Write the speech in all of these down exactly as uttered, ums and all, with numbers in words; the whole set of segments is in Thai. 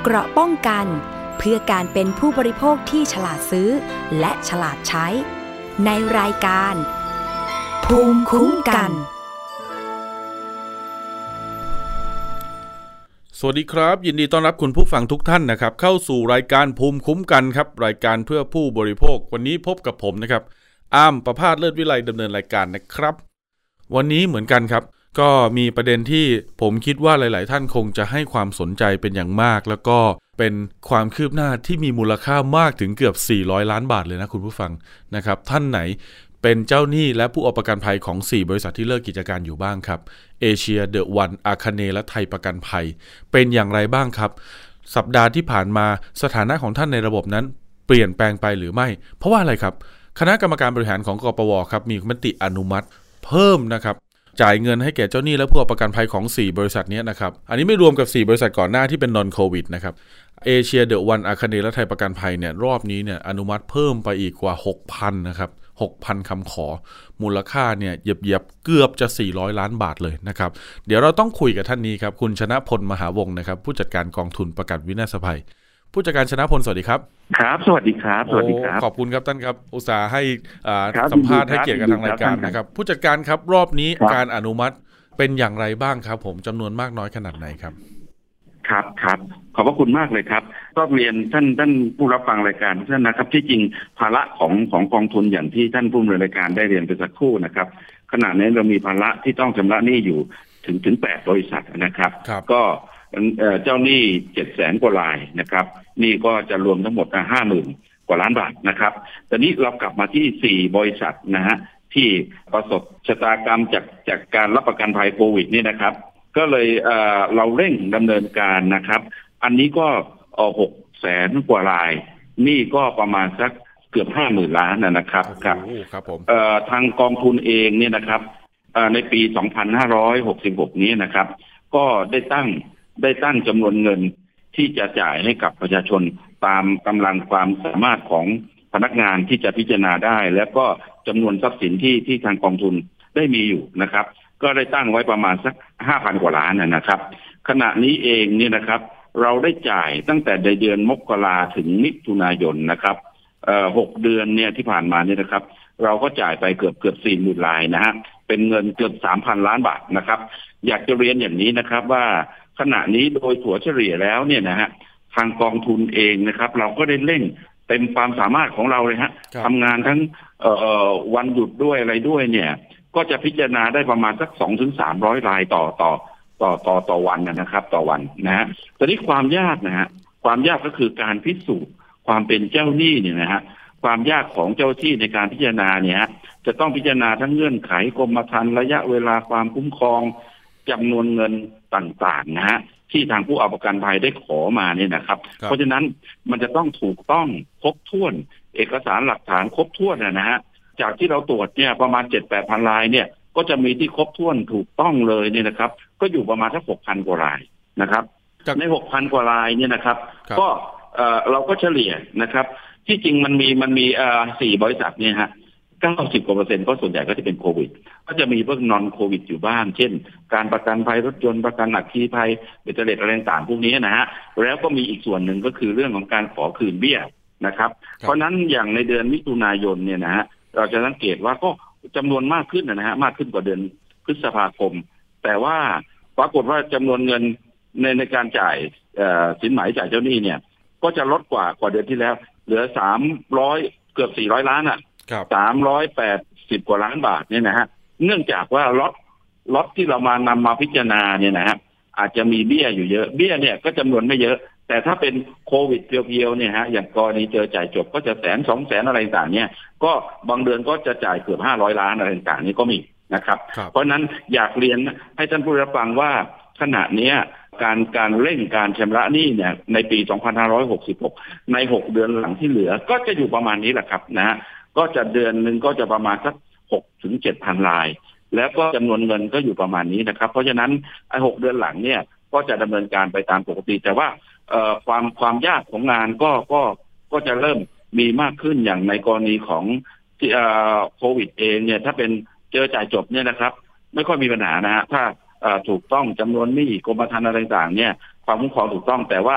เกราะป้องกันเพื่อการเป็นผู้บริโภคที่ฉลาดซื้อและฉลาดใช้ในรายการภูมิคุ้มกันสวัสดีครับยินดีต้อนรับคุณผู้ฟังทุกท่านนะครับเข้าสู่รายการภูมิคุ้มกันครับรายการเพื่อผู้บริโภควันนี้พบกับผมนะครับอาร์มประภาสเลิศวิไลดำเนินรายการนะครับวันนี้เหมือนกันครับก็มีประเด็นที่ผมคิดว่าหลายๆท่านคงจะให้ความสนใจเป็นอย่างมากแล้วก็เป็นความคืบหน้าที่มีมูลค่ามากถึงเกือบสี่ร้อยล้านบาทเลยนะคุณผู้ฟังนะครับท่านไหนเป็นเจ้าหนี้และผู้เอาประกันภัยของสี่บริษัทที่เลิกกิจการอยู่บ้างครับเอเชียเดอะวันอาคาเนและไทยประกันภัยเป็นอย่างไรบ้างครับสัปดาห์ที่ผ่านมาสถานะของท่านในระบบนั้นเปลี่ยนแปลงไปหรือไม่เพราะว่าอะไรครับคณะกรรมการบริหารของกปวครับมีมติอนุมัติเพิ่มนะครับจ่ายเงินให้แก่เจ้าหนี้และผู้เอาประกันภัยของสี่บริษัทนี้นะครับอันนี้ไม่รวมกับสี่บริษัทก่อนหน้าที่เป็นนอนโควิดนะครับเอเชียเดอะวันอาคาเนและไทยประกันภัยเนี่ยรอบนี้เนี่ยอนุมัติเพิ่มไปอีกกว่า หกพัน นะครับ หกพัน คำขอมูลค่าเนี่ยเหยียบๆเกือบจะสี่ร้อยล้านบาทเลยนะครับเดี๋ยวเราต้องคุยกับท่านนี้ครับคุณชนะพลมหาวงศ์นะครับผู้จัดการกองทุนประกันวินาศภัยผู้จัดการชนะพลสวัสดีครับครับสวัสดีครับสวัสดีครับขอบคุณครับท่านครับอุตส่าห์ให้สัมภาษณ์ให้เกียรติกับทางรายการนะครับผู้จัดการครับรอบนี้การอนุมัติเป็นอย่างไรบ้างครับผมจำนวนมากน้อยขนาดไหนครับครับครับขอบพระคุณมากเลยครับก็เรียนท่านท่านผู้รับฟังรายการท่านนะครับที่จริงภาระของของกองทุนอย่างที่ท่านผู้ดำเนินรายการได้เรียนไปสักครู่นะครับขณะนี้เรามีภาระที่ต้องชำระหนี้อยู่ถึงถึงแปดบริษัทนะครับก็เจ้าหนี้เจ็ดแสนกว่ารายนะครับนี่ก็จะรวมทั้งหมดห้าหมื่นกว่าล้านบาทนะครับตอนนี้เรากลับมาที่สี่บริษัทนะฮะที่ประสบชะตากรรมจากจากการรับประกันภัยโควิดนี่นะครับก็เลยเอ่อเราเร่งดำเนินการนะครับอันนี้ก็เอ่อหกแสนกว่ารายนี่ก็ประมาณสักเกือบห้าหมื่นล้านนะครับครับครับผมเอ่อทางกองทุนเองเนี่ยนะครับเอ่อในปีสองพันห้าร้อยหกสิบหกนี้นะครับก็ได้ตั้งได้ตั้งจำนวนเงินที่จะจ่ายให้กับประชาชนตามกำลังความสามารถของพนักงานที่จะพิจารณาได้แล้วก็จำนวนทรัพย์สินที่ที่ทางกองทุนได้มีอยู่นะครับก็ได้ตั้งไว้ประมาณสัก ห้าพัน กว่าล้านนะครับขณะนี้เองเนี่ยนะครับเราได้จ่ายตั้งแต่ในเดือนมกราถึงมิถุนายนนะครับเอ่อหกเดือนเนี่ยที่ผ่านมาเนี่ยนะครับเราก็จ่ายไปเกือบเกือบ สี่หมื่น รายนะฮะเป็นเงินเกือบ สามพัน ล้านบาทนะครับอยากจะเรียนอย่างนี้นะครับว่าขณะนี้โดยถัวเฉลี่ยแล้วเนี่ยนะฮะทางกองทุนเองนะครับเราก็ได้เร่งเต็มความสามารถของเราเลยฮะทำงานทั้งเอ่อวันหยุดด้วยอะไรด้วยเนี่ยก็จะพิจารณาได้ประมาณสัก สองถึงสามร้อย รายต่อต่อต่อต่อต่อวันนะครับต่อวันนะฮะตอนนี้ความยากนะฮะความยากก็คือการพิสูจน์ความเป็นเจ้าหนี้เนี่ยนะฮะความยากของเจ้าที่ในการพิจารณาเนี่ยจะต้องพิจารณาทั้งเงื่อนไขกรมธรรม์ระยะเวลาความคุ้มครองจำนวนเงินต่างๆนะฮะที่ทางผู้เอาประกันภัยได้ขอมาเนี่ยนะครับเพราะฉะนั้นมันจะต้องถูกต้องครบถ้วนเอกสารหลักฐานครบถ้วนนะฮะจากที่เราตรวจเนี่ยประมาณ เจ็ดแปดพัน รายเนี่ยก็จะมีที่ครบถ้วนถูกต้องเลยเนี่ยนะครับก็อยู่ประมาณสัก หกพัน กว่ารายนะครับใน หกพัน กว่ารายเนี่ยนะครับก็เอ่อเราก็เฉลี่ยนะครับที่จริงมันมีมันมีเอ่อสี่บริษัทเนี่ยฮะเก้าสิบกว่าเปอร์เซ็นต์ก็ส่วนใหญ่ก็จะเป็นโควิดก็จะมีพวกนอนโควิดอยู่บ้างเช่นการประกันภัยรถยนต์ประกันอัคคีภัยเบตเตอร์เลทอะไรต่างๆพวกนี้นะฮะแล้วก็มีอีกส่วนหนึ่งก็คือเรื่องของการขอคืนเบี้ยนะครับเพราะนั้นอย่างในเดือนมิถุนายนเนี่ยนะฮะเราจะสังเกตว่าก็จำนวนมากขึ้นนะฮะมากขึ้นกว่าเดือนพฤษภาคมแต่ว่าปรากฏว่าจำนวนเงินในในการจ่ายสินไหมจ่ายเจ้าหนี้เนี่ยก็จะลดกว่ากว่าเดือนที่แล้วเหลือสามร้อยเกือบสี่ร้อยล้านอ่ะสามร้อยแปดสิบกว่าล้านบาทเนี่ยนะฮะเนื่องจากว่าล็อตล็อตที่เรามานำมาพิจารณาเนี่ยนะฮะอาจจะมีเบี้ยอยู่เยอะเบี้ยเนี่ยก็จำนวนไม่เยอะแต่ถ้าเป็นโควิดเพียวๆเนี่ยฮะอย่างกรณีเจอจ่ายจบก็จะแสนสองแสนอะไรต่างเนี่ยก็บางเดือนก็จะจ่ายเกือบห้าร้อยล้านอะไรต่างนี่ก็มีนะครับเพราะนั้นอยากเรียนให้ท่านผู้รับฟังว่าขณะนี้การการเร่งการชำระหนี้เนี่ยในปีสองพันห้าร้อยหกสิบหกในหกเดือนหลังที่เหลือก็จะอยู่ประมาณนี้แหละครับนะก็จะเดือนนึงก็จะประมาณสัก หกถึงเจ็ดพัน รายแล้วก็จำนวนเงินก็อยู่ประมาณนี้นะครับเพราะฉะนั้นไอ้หกเดือนหลังเนี่ยก็จะดำเนินการไปตามปกติแต่ว่าเอ่อความความยากของงานก็ก็ก็จะเริ่มมีมากขึ้นอย่างในกรณีของที่เอ่อโควิดเองเนี่ยถ้าเป็นเจอจ่ายจบเนี่ยนะครับไม่ค่อยมีปัญหานะฮะถ้าเอ่อถูกต้องจำนวนหนี้กรมธรรม์อะไรต่างๆเนี่ยความคุ้มครองถูกต้องแต่ว่า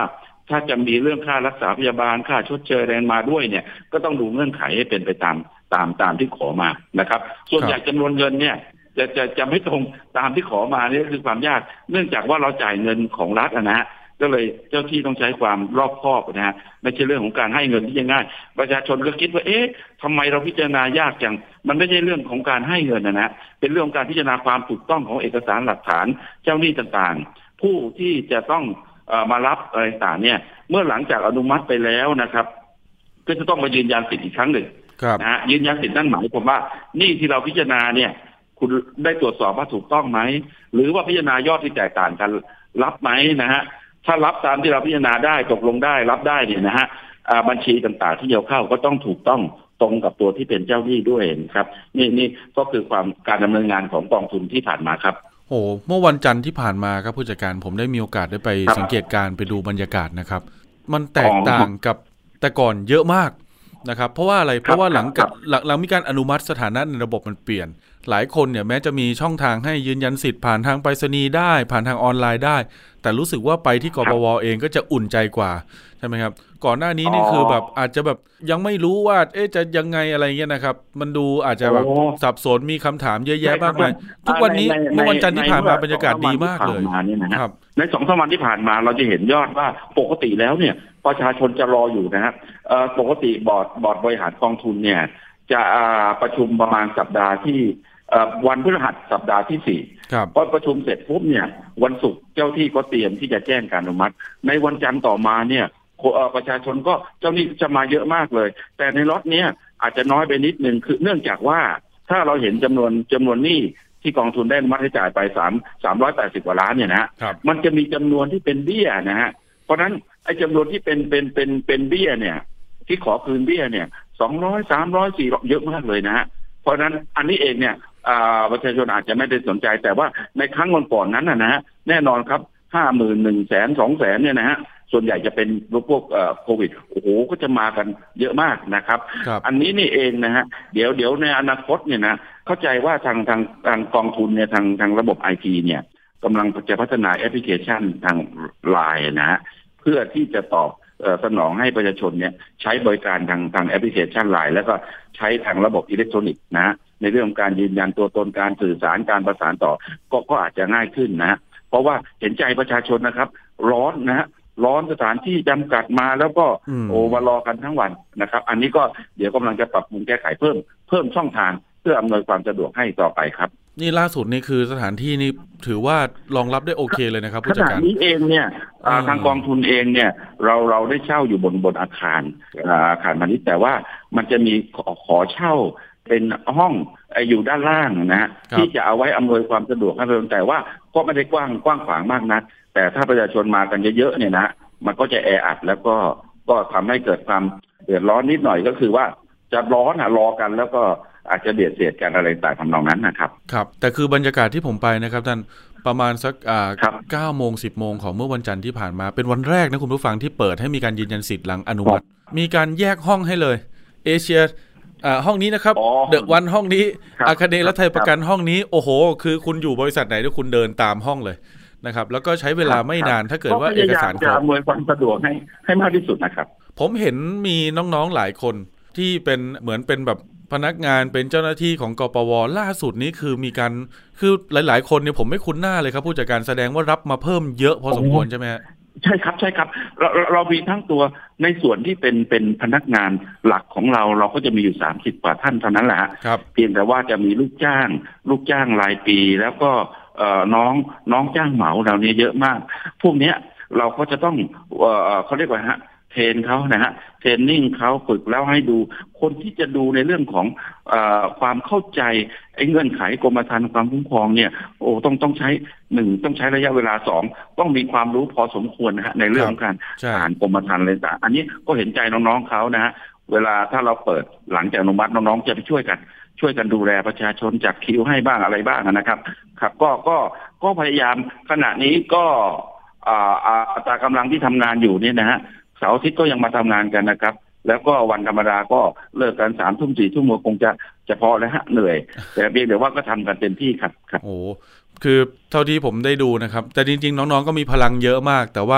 ถ้าจะมีเรื่องค่ารักษาพยาบาลค่าชดเชยแรงมาด้วยเนี่ยก็ต้องดูเงื่อนไขให้เป็นไปตามตามตามที่ขอมานะครับส่วนใหญ่จำนวนเงินเนี่ยจะจะจะไม่ตรงตามที่ขอมานี่คือความยากเนื่องจากว่าเราจ่ายเงินของรัฐนะฮะก็เลยเจ้าที่ต้องใช้ความรอบคอบนะฮะไม่ใช่เรื่องของการให้เงินที่ง่ายประชาชนก็คิดว่าเอ๊ะทำไมเราพิจารณายากจังมันไม่ใช่เรื่องของการให้เงินนะนะเป็นเรื่องการพิจารณาความถูกต้องของเอกสารหลักฐานเจ้าหนี้ต่างๆผู้ที่จะต้องเอ่อมารับอะไรต่างเนี่ยเมื่อหลังจากอนุมัติไปแล้วนะครับก็จะต้องมายืนยันสิทธิ์อีกครั้งหนึ่งนะฮะยืนยันสิทธิ์นั่นหมายความว่านี่ที่เราพิจารณาเนี่ยคุณได้ตรวจสอบว่าถูกต้องไหมหรือว่าพิจารณายอดที่แตกต่างกันรับไหมนะฮะถ้ารับตามที่เราพิจารณาได้ตกลงได้รับได้เนี่ยนะฮะบัญชีต่างๆที่จะเข้าก็ต้องถูกต้องตรงกับตัวที่เป็นเจ้าหนี้ด้วยครับนี่นี่ก็คือความการดำเนินงานของกองทุนที่ผ่านมาครับโอ้เมื่อวันจันทร์ที่ผ่านมาครับผู้จัดการผมได้มีโอกาสได้ไปสังเกตการไปดูบรรยากาศนะครับมันแตกต่างกับแต่ก่อนเยอะมากนะครับเพราะว่าอะไรเพราะว่าหลังจากหลังหลังมีการอนุมัติสถานะในระบบมันเปลี่ยนหลายคนเนี่ยแม้จะมีช่องทางให้ยืนยันสิทธิ์ผ่านทางไปรษณีย์ได้ผ่านทางออนไลน์ได้แต่รู้สึกว่าไปที่กปวเองก็จะอุ่นใจกว่าใช่ไหมครับก่อนหน้านี้นี่คือแบบอาจจะแบบยังไม่รู้ว่าเอ๊ะจะยังไงอะไรเงี้ยนะครับมันดูอาจจะแบบสับสนมีคำถามเยอะแยะมากมายทุกวันนี้เมื่อวันจันทร์ที่ผ่านมาบรรยากาศดีมากเลยครับในสองสามวันที่ผ่านมาเราจะเห็นยอดว่าปกติแล้วเนี่ยประชาชนจะรออยู่นะครับปกติบอร์ดบอร์ดบริหารกองทุนเนี่ยจะประชุมประมาณสัปดาห์ที่วันพฤหัสสัปดาห์ที่สี่พอประชุมเสร็จปุ๊บเนี่ยวันศุกร์เจ้าที่ก็เตรียมที่จะแจ้งการอนุมัติในวันจันทร์ต่อมาเนี่ยประชาชนก็เจ้าหนี้จะมาเยอะมากเลยแต่ในล็อตเนี้ยอาจจะน้อยไปนิดนึงคือเนื่องจากว่าถ้าเราเห็นจำนวนจำนวนหนี้ที่กองทุนได้อนุมัติให้จ่ายไปสามสามร้อยแปดสิบกว่าล้านเนี่ยนะมันจะมีจำนวนที่เป็นเบี้ยนะฮะเพราะฉะนั้นไอ้จำนวนที่เป็นเป็นเป็นเป็นเบี้ยเนี่ยที่ขอคืนเบี้ยเนี่ยสองร้อยสามร้อยสี่ร้อยเยอะมากเลยนะฮะเพราะฉะนั้นอันนี้เองเนี่ยประชาชนอาจจะไม่ได้สนใจแต่ว่าในครั้งก่อนๆนั้นนะฮะแน่นอนครับห้าหมื่นหนึ่งแสนสองแสนเนี่ยนะฮะส่วนใหญ่จะเป็นพวกโควิดโอ้โหก็จะมากันเยอะมากนะครับอันนี้นี่เองนะฮะเดี๋ยวเดี๋ยวในอนาคตเนี่ยนะเข้าใจว่าทางทางทางกองทุนเนี่ยทางทางระบบไอทีเนี่ยกำลังจะพัฒนาแอปพลิเคชันทางไลน์นะฮะเพื่อที่จะตอบสนองให้ประชาชนเนี่ยใช้บริการทางทางแอปพลิเคชันไลน์แล้วก็ใช้ทางระบบอิเล็กทรอนิกส์นะในเรื่องการยืนยันตัวตนการสื่อสารการประสานต่อก็ก็อาจจะง่ายขึ้นนะเพราะว่าเห็นใจประชาชนนะครับร้อนนะฮะร้อนสถานที่จำกัดมาแล้วก็โอ้มารอกันทั้งวันนะครับอันนี้ก็เดี๋ยวกำลังจะปรับปรุงแก้ไขเพิ่มเพิ่มช่องทางเพื่ออำนวยความสะดวกให้ต่อไปครับนี่ล่าสุดนี่คือสถานที่นี่ถือว่ารองรับได้โอเคเลยนะครับผู้จัดการขณะนี้เองเนี่ยทางกองทุนเองเนี่ยเราเราได้เช่าอยู่บนบนอาคารอาคารพาณิชย์แต่ว่ามันจะมีขอเช่าเป็นห้องอยู่ด้านล่างนะฮะที่จะเอาไว้อำนวยความสะดวกให้เราแต่ว่าก็ไม่ได้กว้างกว้างขวางมากนักแต่ถ้าประชาชนมากันเยอะๆเนี่ยนะมันก็จะแออัดแล้วก็ก็ทำให้เกิดความเดือดร้อนนิดหน่อยก็คือว่าจะร้อนอ่ะรอกันแล้วก็อาจจะเบียดเสียดกันอะไรต่างๆทำนองนั้นนะครับครับแต่คือบรรยากาศที่ผมไปนะครับท่านประมาณสักอ่าเก้าโมงสิบโมงของเมื่อวันจันทร์ที่ผ่านมาเป็นวันแรกนะคุณผู้ฟังที่เปิดให้มีการยืนยันสิทธิ์หลังอนุมัติมีการแยกห้องให้เลยเอเชียอ่าห้องนี้นะครับเดอะวันห้องนี้อาคาเนและไทยประกันห้องนี้โอ้โหคือคุณอยู่บริษัทไหนถ้าคุณเดินตามห้องเลยนะครับแล้วก็ใช้เวลาไม่นานถ้าเกิดว่าเอกสารครบจะอำนวยความสะดวกให้ให้มากที่สุดนะครับผมเห็นมีน้องๆหลายคนที่เป็นเหมือนเป็นแบบพนักงานเป็นเจ้าหน้าที่ของกปวล่าสุดนี้คือมีการคือหลายๆคนเนี่ยผมไม่คุ้นหน้าเลยครับผู้จัดการแสดงว่ารับมาเพิ่มเยอะพอสมควรใช่ไหมฮะใช่ครับใช่ครับเราเรามีทั้งตัวในส่วนที่เป็นเป็นพนักงานหลักของเราเราก็จะมีอยู่สามสิบกว่าท่านเท่านั้นแหละครับเพียงแต่ว่าจะมีลูกจ้างลูกจ้างรายปีแล้วก็เอ่อน้องน้องจ้างเหมาเราเนี่ยเยอะมากพวกเนี้ยเราก็จะต้องเอ่อเขาเรียกว่าฮะเทรนเขานะฮะเทรนนิ่งเขาฝึกแล้วให้ดูคนที่จะดูในเรื่องของเอ่อความเข้าใจไอ้เงื่อนไขกรมธรรม์ความคุ้มครองเนี่ยโอ้ต้องต้องใช้หนึ่งต้องใช้ระยะเวลาสองต้องมีความรู้พอสมควรนะฮะในเรื่องของการอ่านกรมธรรม์เลยแต่อันนี้ก็เห็นใจน้องๆเขานะฮะเวลาถ้าเราเปิดหลังจากอนุมัติน้องๆจะไปช่วยกันช่วยกันดูแลประชาชนจัดคิวให้บ้างอะไรบ้างนะครับครับก็ก็ก็พยายามขณะนี้ก็อัตรากำลังที่ทำงานอยู่เนี่ยนะฮะเสาร์อาทิตย์ก็ยังมาทำงานกันนะครับแล้วก็วันธรรมดาก็เลิกกันสามทุ่มสี่ทุ่มคงจะจะพอแล้วฮะเหนื่อยแต่เพียงแต่ว่าก็ทำกันเต็มที่ครับครับโอ้คือเท่าที่ผมได้ดูนะครับแต่จริงๆน้องๆก็มีพลังเยอะมากแต่ว่า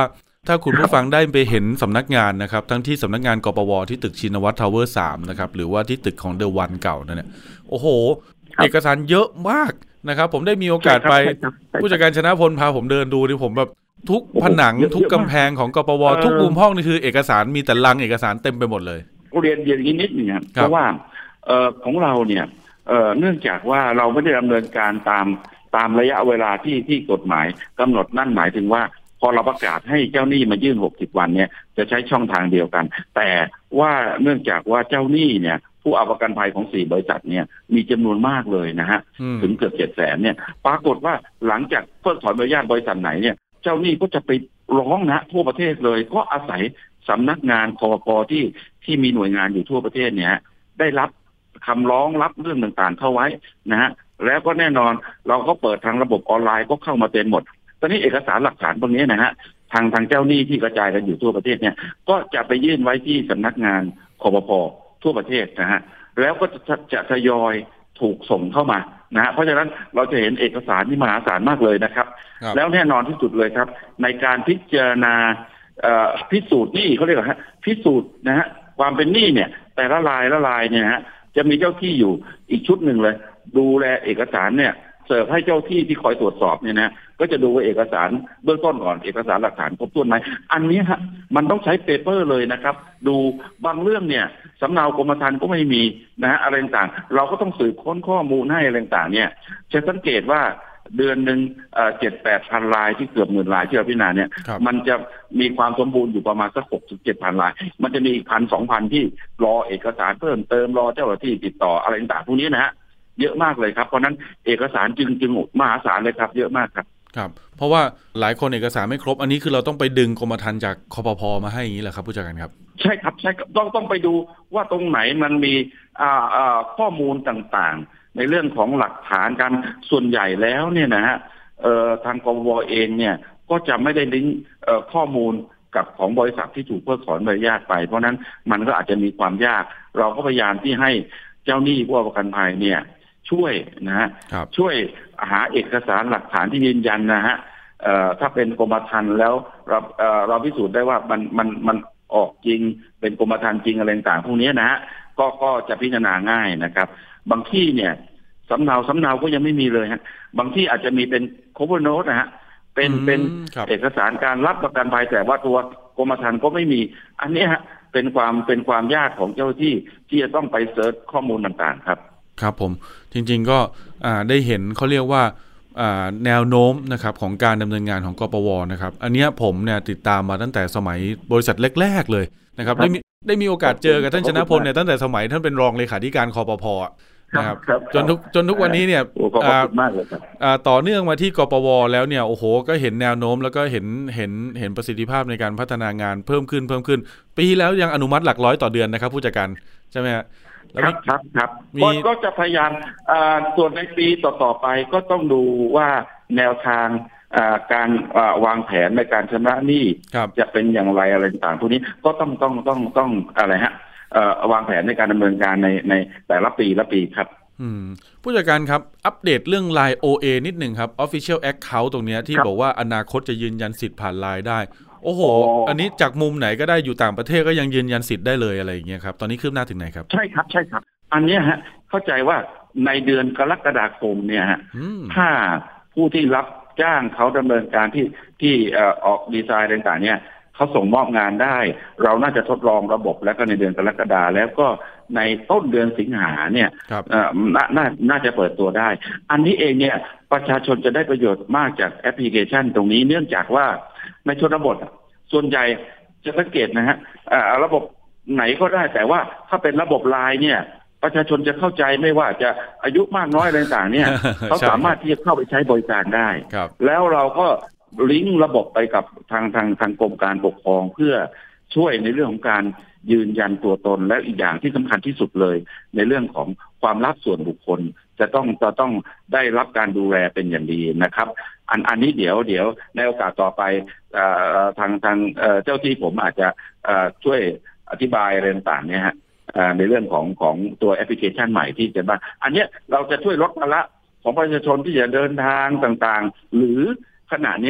ถ้าคุณผู้ฟังได้ไปเห็นสำนักงานนะครับทั้งที่สำนักงานกปวที่ตึกชินวัตรทาวเวอร์สามนะครับหรือว่าที่ตึกของเดอะวันเก่านั่นเนี่ยโอ้โหเอกสารเยอะมากนะครับผมได้มีโอกาสไปผู้จัดการชนะพลพาผมเดินดูนี่ผมแบบทุกผนังทุกกำแพงของกปวทุกมุมห้องนี่คือเอกสารมีแต่ลังเอกสารเต็มไปหมดเลยเรียนเรียนอย่างนี้นิดนึงครับเพราะว่าเอ่อของเราเนี่ยเอ่อเนื่องจากว่าเราไม่ได้ดำเนินการตามตามระยะเวลาที่ที่กฎหมายกำหนดนั่นหมายถึงว่าพอเราประกาศให้เจ้าหนี้มายื่นหกสิบวันเนี่ยจะใช้ช่องทางเดียวกันแต่ว่าเนื่องจากว่าเจ้าหนี้เนี่ยผู้เอาประกันภัยของสี่บริษัทเนี่ยมีจำนวนมากเลยนะฮะถึงเกือบเจ็ดแสนเนี่ยปรากฏว่าหลังจากเพิกถอนใบอนุญาตบริษัทไหนเนี่ยเจ้าหนี้ก็จะไปร้องนะทั่วประเทศเลยก็อาศัยสำนักงานคปปที่ที่มีหน่วยงานอยู่ทั่วประเทศเนี่ยได้รับคำร้องรับเรื่องต่างๆเข้าไว้นะฮะแล้วก็แน่นอนเราก็เปิดทางระบบออนไลน์ก็เข้ามาเต็มหมดตอนนี้เอกสารหลักฐานพวกนี้นะฮะทางทางเจ้าหนี้ที่กระจายกันอยู่ทั่วประเทศเนี่ยก็จะไปยื่นไว้ที่สำนักงานคปปทั่วประเทศนะฮะแล้วก็จะจะทยอยถูกส่งเข้ามานะฮะเพราะฉะนั้นเราจะเห็นเอกสารที่มหาศาลมากเลยนะครับแล้วแน่นอนที่สุดเลยครับในการพิจารณาพิสูจน์หนี้เขาเรียกว่าพิสูจน์นะฮะความเป็นหนี้เนี่ยแต่ละรายละรายเนี่ยฮะจะมีเจ้าที่อยู่อีกชุดหนึ่งเลยดูแลเอกสารเนี่ยเสิร์ฟให้เจ้าที่ที่คอยตรวจสอบเนี่ยนะก็จะดูว่าเอกสารเบื้องต้นก่อนเอกสารหลักฐานครบถ้วนไหมอันนี้ฮะมันต้องใช้เปเปอร์เลยนะครับดูบางเรื่องเนี่ยสำเนากรมธรรม์ก็ไม่มีนะฮะอะไรต่างเราก็ต้องสืบค้นข้อมูลให้อะไรต่างเนี่ยจะสังเกตว่าเดือนหนึ่งเจ็ดแปดพันรายที่เกือบหมื่นรายที่เราพิจารณาเนี่ยมันจะมีความสมบูรณ์อยู่ประมาณสักหกถึงเจ็ดพันรายมันจะมีอีกพันสองพันที่รอเอกสารเพิ่มเติมรอเจ้าหน้าที่ติดต่ออะไรต่างพวกนี้นะฮะเยอะมากเลยครับเพราะนั้นเอกสารจึงจึงมหาศาลเลยครับเยอะมากครับครับเพราะว่าหลายคนเอกสารไม่ครบอันนี้คือเราต้องไปดึงกรมธรรม์จากคปภ.มาให้อย่างนี้แหละครับผู้จัดการครับใช่ครับใช่ต้องต้องไปดูว่าตรงไหนมันมีอ่าอ่าข้อมูลต่างๆในเรื่องของหลักฐานการส่วนใหญ่แล้วเนี่ยนะฮะเอ่อทางกปภ.เองเนี่ยก็จะไม่ได้ลิงก์เอ่อข้อมูลกับของบริษัทที่ถูกเพิกถอนใบอนุญาตไปเพราะนั้นมันก็อาจจะมีความยากเราก็พยายามที่ให้เจ้าหนี้ผู้ประกันภัยเนี่ยช่วยนะฮะช่วยหาเอกสารหลักฐานที่ยืนยันนะฮะเอ่อถ้าเป็นกรมธรรม์แล้วเราเอ่อเราพิสูจน์ได้ว่ามันมันมันออกจริงเป็นกรมธรรม์จริงอะไรต่างพวกนี้นะฮะก็ก็จะพิจารณาง่ายนะครับบางที่เนี่ยสำเนาสำเนาก็ยังไม่มีเลยฮะบางที่อาจจะมีเป็น cover note นะฮะเป็นเป็นเอกสารการรับประกันภัยแต่ว่าตัวกรมธรรม์ก็ไม่มีอันนี้ฮะเป็นความเป็นความยากของเจ้าที่ที่จะต้องไปเสิร์ชข้อมูลต่างๆครับครับผมจริงๆก็ได้เห็นเขาเรียกว่าแนวโน้มนะครับของการดำเนินงานของกปวนะครับอันนี้ผมเนี่ยติดตามมาตั้งแต่สมัยบริษัทแรกๆเลยนะครับได้มีได้มีโอกาสเจอกับท่านชนะพลเนี่ยตั้งแต่สมัยท่านเป็นรองเลขาธิการคปภ.นะครับจนทุกจนทุกวันนี้เนี่ยต่อเนื่องมาที่กปว.แล้วเนี่ยโอ้โหก็เห็นแนวโน้มแล้วก็เห็นเห็นเห็นประสิทธิภาพในการพัฒนางานเพิ่มขึ้นเพิ่มขึ้นปีแล้วยังอนุมัติหลักร้อยต่อเดือนนะครับผู้จัดการใช่ไหมฮะครับครับครับก็จะพยายามส่วนในปีต่อๆไปก็ต้องดูว่าแนวทางการวางแผนในการชำระหนี้จะเป็นอย่างไรอะไรต่างๆพวกนี้ก็ต้องต้องต้องต้องอะไรฮะวางแผนในการดำเนินการในในแต่ละปีละปีครับผู้จัดการครับอัปเดตเรื่อง ไลน์ โอ เอ นิดหนึ่งครับ Official Account ตรงนี้ที่บอกว่าอนาคตจะยืนยันสิทธิ์ผ่าน ไลน์ ได้โอ้โหอันนี้จากมุมไหนก็ได้อยู่ต่างประเทศก็ยังยืนยันสิทธิ์ได้เลยอะไรอย่างเงี้ยครับตอนนี้คืบหน้าถึงไหนครับใช่ครับใช่ครับอันนี้ฮะเข้าใจว่าในเดือนกรกฎาคมเนี่ยฮะถ้าผู้ที่รับจ้างเขาดำเนินการที่ที่ออกดีไซน์ต่างๆเนี่ยเขาส่งมอบงานได้เราน่าจะทดลองระบบแล้วก็ในเดือนกรกฎาแล้วก็ในต้นเดือนสิงหาเนี่ยน่าน่าจะเปิดตัวได้อันนี้เองเนี่ยประชาชนจะได้ประโยชน์มากจากแอปพลิเคชันตรงนี้เนื่องจากว่าในชนบทส่วนใหญ่จะสังเกตนะฮะระบบไหนก็ได้แต่ว่าถ้าเป็นระบบไลน์เนี่ยประชาชนจะเข้าใจไม่ว่าจะอายุมากน้อยอะไรต่างเนี่ยเขาสามารถที่จะเข้าไปใช้บริการได้แล้วเราก็ลิงก์ระบบไปกับทางทางทางกรมการปกครองเพื่อช่วยในเรื่องของการยืนยันตัวตนและอีกอย่างที่สำคัญที่สุดเลยในเรื่องของความลับส่วนบุคคลจะต้องจะต้องได้รับการดูแลเป็นอย่างดีนะครับอันอันนี้เดี๋ยวเดี๋ยวในโอกาสต่อไปทางทางเจ้าที่ผมอาจจะช่วยอธิบายอะไรต่างๆเนี่ยฮะในเรื่องของของตัวแอปพลิเคชันใหม่ที่จะมาอันนี้เราจะช่วยลดภาระของประชาชนที่จะเดินทางต่างๆหรือขณะนี้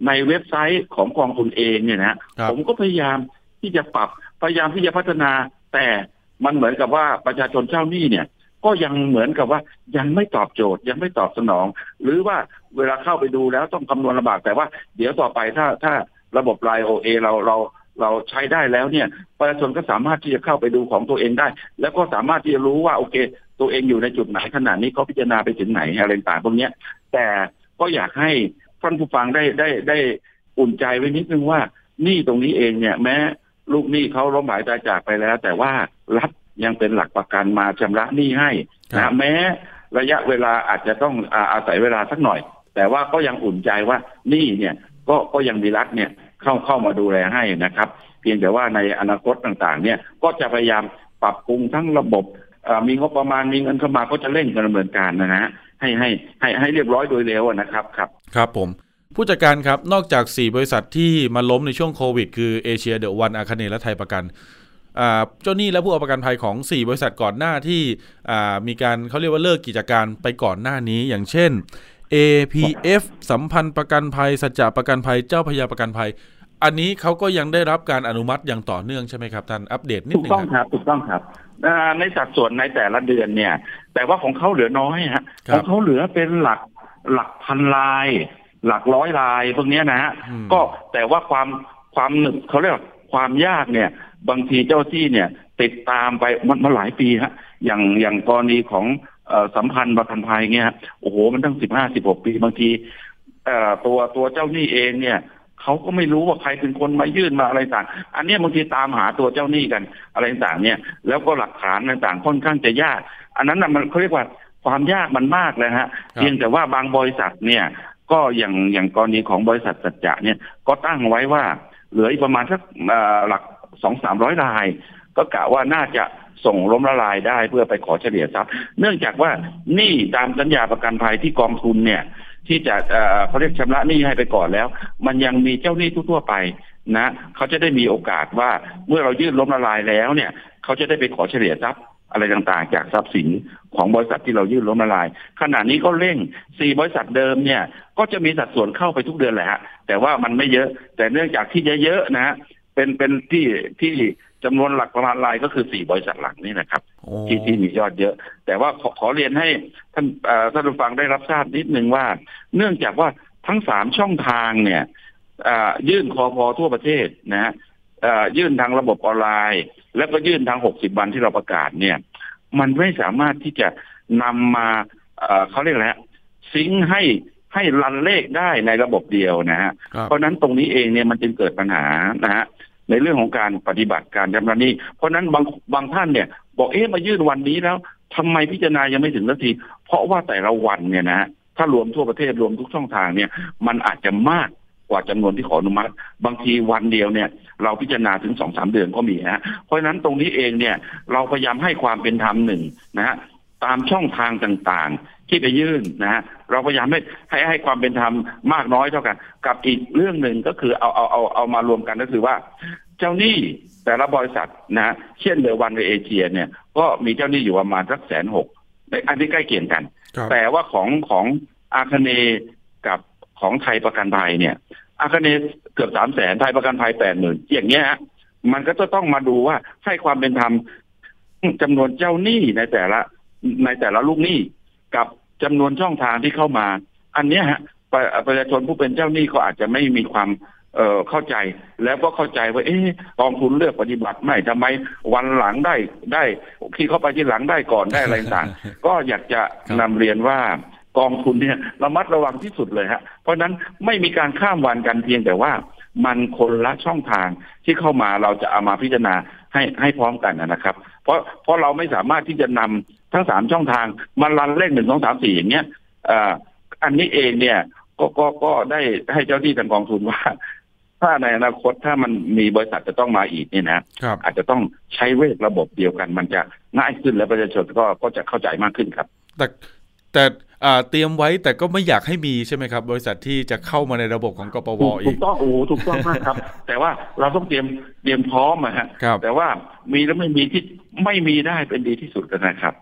ในเว็บไซต์ของกองทุนเองเนี่ยนะผมก็พยายามที่จะปรับพยายามที่จะพัฒนาแต่มันเหมือนกับว่าประชาชนเจ้าหนี้เนี่ยก็ยังเหมือนกับว่ายังไม่ตอบโจทย์ยังไม่ตอบสนองหรือว่าเวลาเข้าไปดูแล้วต้องคำนวณลำบากแต่ว่าเดี๋ยวต่อไปถ้าถ้าระบบไลน์ โอ เอ เราเราเราใช้ได้แล้วเนี่ยประชาชนก็สามารถที่จะเข้าไปดูของตัวเองได้แล้วก็สามารถที่จะรู้ว่าโอเคตัวเองอยู่ในจุดไหนขนาดนี้เขาพิจารณาไปถึงไหนอะไรต่างพวกนี้แต่ก็อยากให้ท่านผู้ฟังได้ได้ได้อุ่นใจไว้นิดนึงว่าหนี้ตรงนี้เองเนี่ยแม้ลูกหนี้เขาล้มหายตายจากไปแล้วแต่ว่ารัฐยังเป็นหลักประกันมาชำระหนี้ให้นะแม้ระยะเวลาอาจจะต้องอาศัยเวลาสักหน่อยแต่ว่าก็ยังอุ่นใจว่าหนี้เนี่ยก็ก็ยังมีรัฐเนี่ยเข้าเข้ามาดูแลให้นะครับเพียงแต่ว่าในอนาคตต่างๆเนี่ยก็จะพยายามปรับปรุงทั้งระบบมีงบประมาณมีเงินเข้ามาก็จะเร่งดำเนินการนะฮะให้ให้ให้ให้เรียบร้อยโดยเร็วนะครับครับครับผมผู้จัดการครับนอกจากสี่บริษัทที่มาล้มในช่วงโควิดคือเอเชียเดอะวันอาคาเนและไทยประกันเจ้าหนี้และผู้เอาประกันภัยของสี่บริษัทก่อนหน้าที่มีการเขาเรียกว่าเลิกกิจการไปก่อนหน้านี้อย่างเช่น เอ พี เอฟ สัมพันธ์ประกันภัยสัจจะประกันภัยเจ้าพระยาประกันภัยอันนี้เขาก็ยังได้รับการอนุมัติอย่างต่อเนื่องใช่ไหมครับท่านอัปเดตนิดนึงถูกต้องครับถูกต้องครับในสัดส่วนในแต่ละเดือนเนี่ยแต่ว่าของเขาเหลือน้อยฮะของเขาเหลือเป็นหลักหลักพันรายหลักร้อยรายพวกนี้นะฮะก็แต่ว่าความความหนึบเขาเรียกความยากเนี่ยบางทีเจ้าที่เนี่ยติดตามไปมันมาหลายปีฮะอย่างอย่างกรณีของสัมพันธ์ประกันภัยเงี้ยโอ้โหมันตั้งสิบห้าสิบหกปีบางทีตัวตัวเจ้าหนี้เองเนี่ยเขาก็ไม่รู้ว่าใครเป็นคนมายื่นมาอะไรต่างอันนี้บางทีตามหาตัวเจ้าหนี้กันอะไรต่างเนี่ยแล้วก็หลักฐานต่างค่อนข้างจะยากอันนั้นน่ะมันเขาเรียกว่าความยากมันมากเลยฮะเพียงแต่ว่าบางบริษัทเนี่ยก็อย่างอย่างกรณีของบริษัทสัจจะเนี่ยก็ตั้งไว้ว่าเหลืออีกประมาณสักหลักสองสามร้อยรายก็กะว่าน่าจะส่งล้มละลายได้เพื่อไปขอเฉลี่ยทรัพย์เนื่องจากว่าหนี้ตามสัญญาประกันภัยที่กองทุนเนี่ยที่จะเอ่อเขาเรียกชำระหนี้ให้ไปก่อนแล้วมันยังมีเจ้าหนี้ทั่วๆไปนะเขาจะได้มีโอกาสว่าเมื่อเรายื่นล้มละลายแล้วเนี่ยเขาจะได้ไปขอเฉลี่ยทรัพย์อะไรต่างๆจากทรัพย์สินของบริษัทที่เรายื่นล้มละลายขณะนี้ก็เร่งสี่บริษัทเดิมเนี่ยก็จะมีสัดส่วนเข้าไปทุกเดือนแหละแต่ว่ามันไม่เยอะแต่เนื่องจากที่เยอะๆนะเป็นเป็นที่ที่จำนวนหลักประมาณรายก็คือสี่บริษัทหลักนี่นะครับที่ที่มียอดเยอะแต่ว่าขอขอเรียนให้ท่านท่านผู้ฟังได้รับทราบนิดนึงว่าเนื่องจากว่าทั้งสามช่องทางเนี่ยยื่นคพทั่วประเทศนะฮะยื่นทางระบบออนไลน์แล้วก็ยื่นทางหกสิบวันที่เราประกาศเนี่ยมันไม่สามารถที่จะนำมาเขาเรียกอะไรซิงค์ให้ให้รันเลขได้ในระบบเดียวนะฮะเพราะนั้นตรงนี้เองเนี่ยมันจึงเกิดปัญหานะฮะในเรื่องของการปฏิบัติการชำระหนี้เพราะนั้นบางบางท่านเนี่ยบอกเอ๊ะมายื่นวันนี้แล้วทำไมพิจารณายังไม่ถึงสักทีเพราะว่าแต่ละวันเนี่ยนะถ้ารวมทั่วประเทศรวมทุกช่องทางเนี่ยมันอาจจะมากกว่าจำนวนที่ขออนุมัติบางทีวันเดียวเนี่ยเราพิจารณาถึงสองสามเดือนก็มีฮะเพราะฉะนั้นตรงนี้เองเนี่ยเราพยายามให้ความเป็นธรรมหนึ่งนะฮะตามช่องทางต่างๆที่ไปยื่นนะฮะเราพยายามให้ให้ให้ความเป็นธรรมมากน้อยเท่ากันกับอีกเรื่องหนึ่งก็คือเอาเอาเอาเอามารวมกันก็คือว่าเจ้าหนี้แต่ละบริษัทนะเช่นเดอะวันในเอเชียเนี่ยก็มีเจ้าหนี้อยู่ประมาณสักแสนหกอันที่ใกล้เคียงกันแต่ว่าของของอาคเนกับของไทยประกันภัยเนี่ยอาคเนเกือบสามแสนไทยประกันภัยแปดหมื่นอย่างเงี้ยมันก็จะต้องมาดูว่าให้ความเป็นธรรมจำนวนเจ้าหนี้ในแต่ละในแต่ละลูกหนี้กับจำนวนช่องทางที่เข้ามาอันเนี้ยฮะประชาชนผู้เป็นเจ้าหนี้ก็อาจจะไม่มีความเอ่อเข้าใจแล้วก็เข้าใจว่าเอ๊ะกองทุนเลือกปฏิบัติไม่ทำไมวันหลังได้ได้ที่เข้าไปที่หลังได้ก่อนได้อะไรต่างก็อยากจะนำเรียนว่ากองทุนเนี่ยระมัดระวังที่สุดเลยฮะเพราะนั้นไม่มีการข้ามวันกันเพียงแต่ว่ามันคนละช่องทางที่เข้ามาเราจะเอามาพิจารณาให้ให้พร้อมกันนะครับเพราะเพราะเราไม่สามารถที่จะนำทั้งสามช่องทางมารันเลขหนึ่งสองสามสี่อย่างเงี้ยอ่าอันนี้เองเนี่ยก็ก็ก็ได้ให้เจ้าที่ทางกองทุนว่าถ้าในอนาคตถ้ามันมีบริษัทจะต้องมาอีกเนี่ยนะอาจจะต้องใช้เวทระบบเดียวกันมันจะง่ายขึ้นและประชาชนก็ก็จะเข้าใจมากขึ้นครับแต่แต่เตรียมไว้แต่ก็ไม่อยากให้มีใช่ไหมครับบริษัทที่จะเข้ามาในระบบของกปวอีกถูกต้องโอ้ถูกต้องมากครับแต่ว่าเราต้องเตรียมเตรียมพร้อมนะฮะแต่ว่ามีแล้วไม่มีที่ไม่มีได้เป็นดีที่สุดนะครับครับ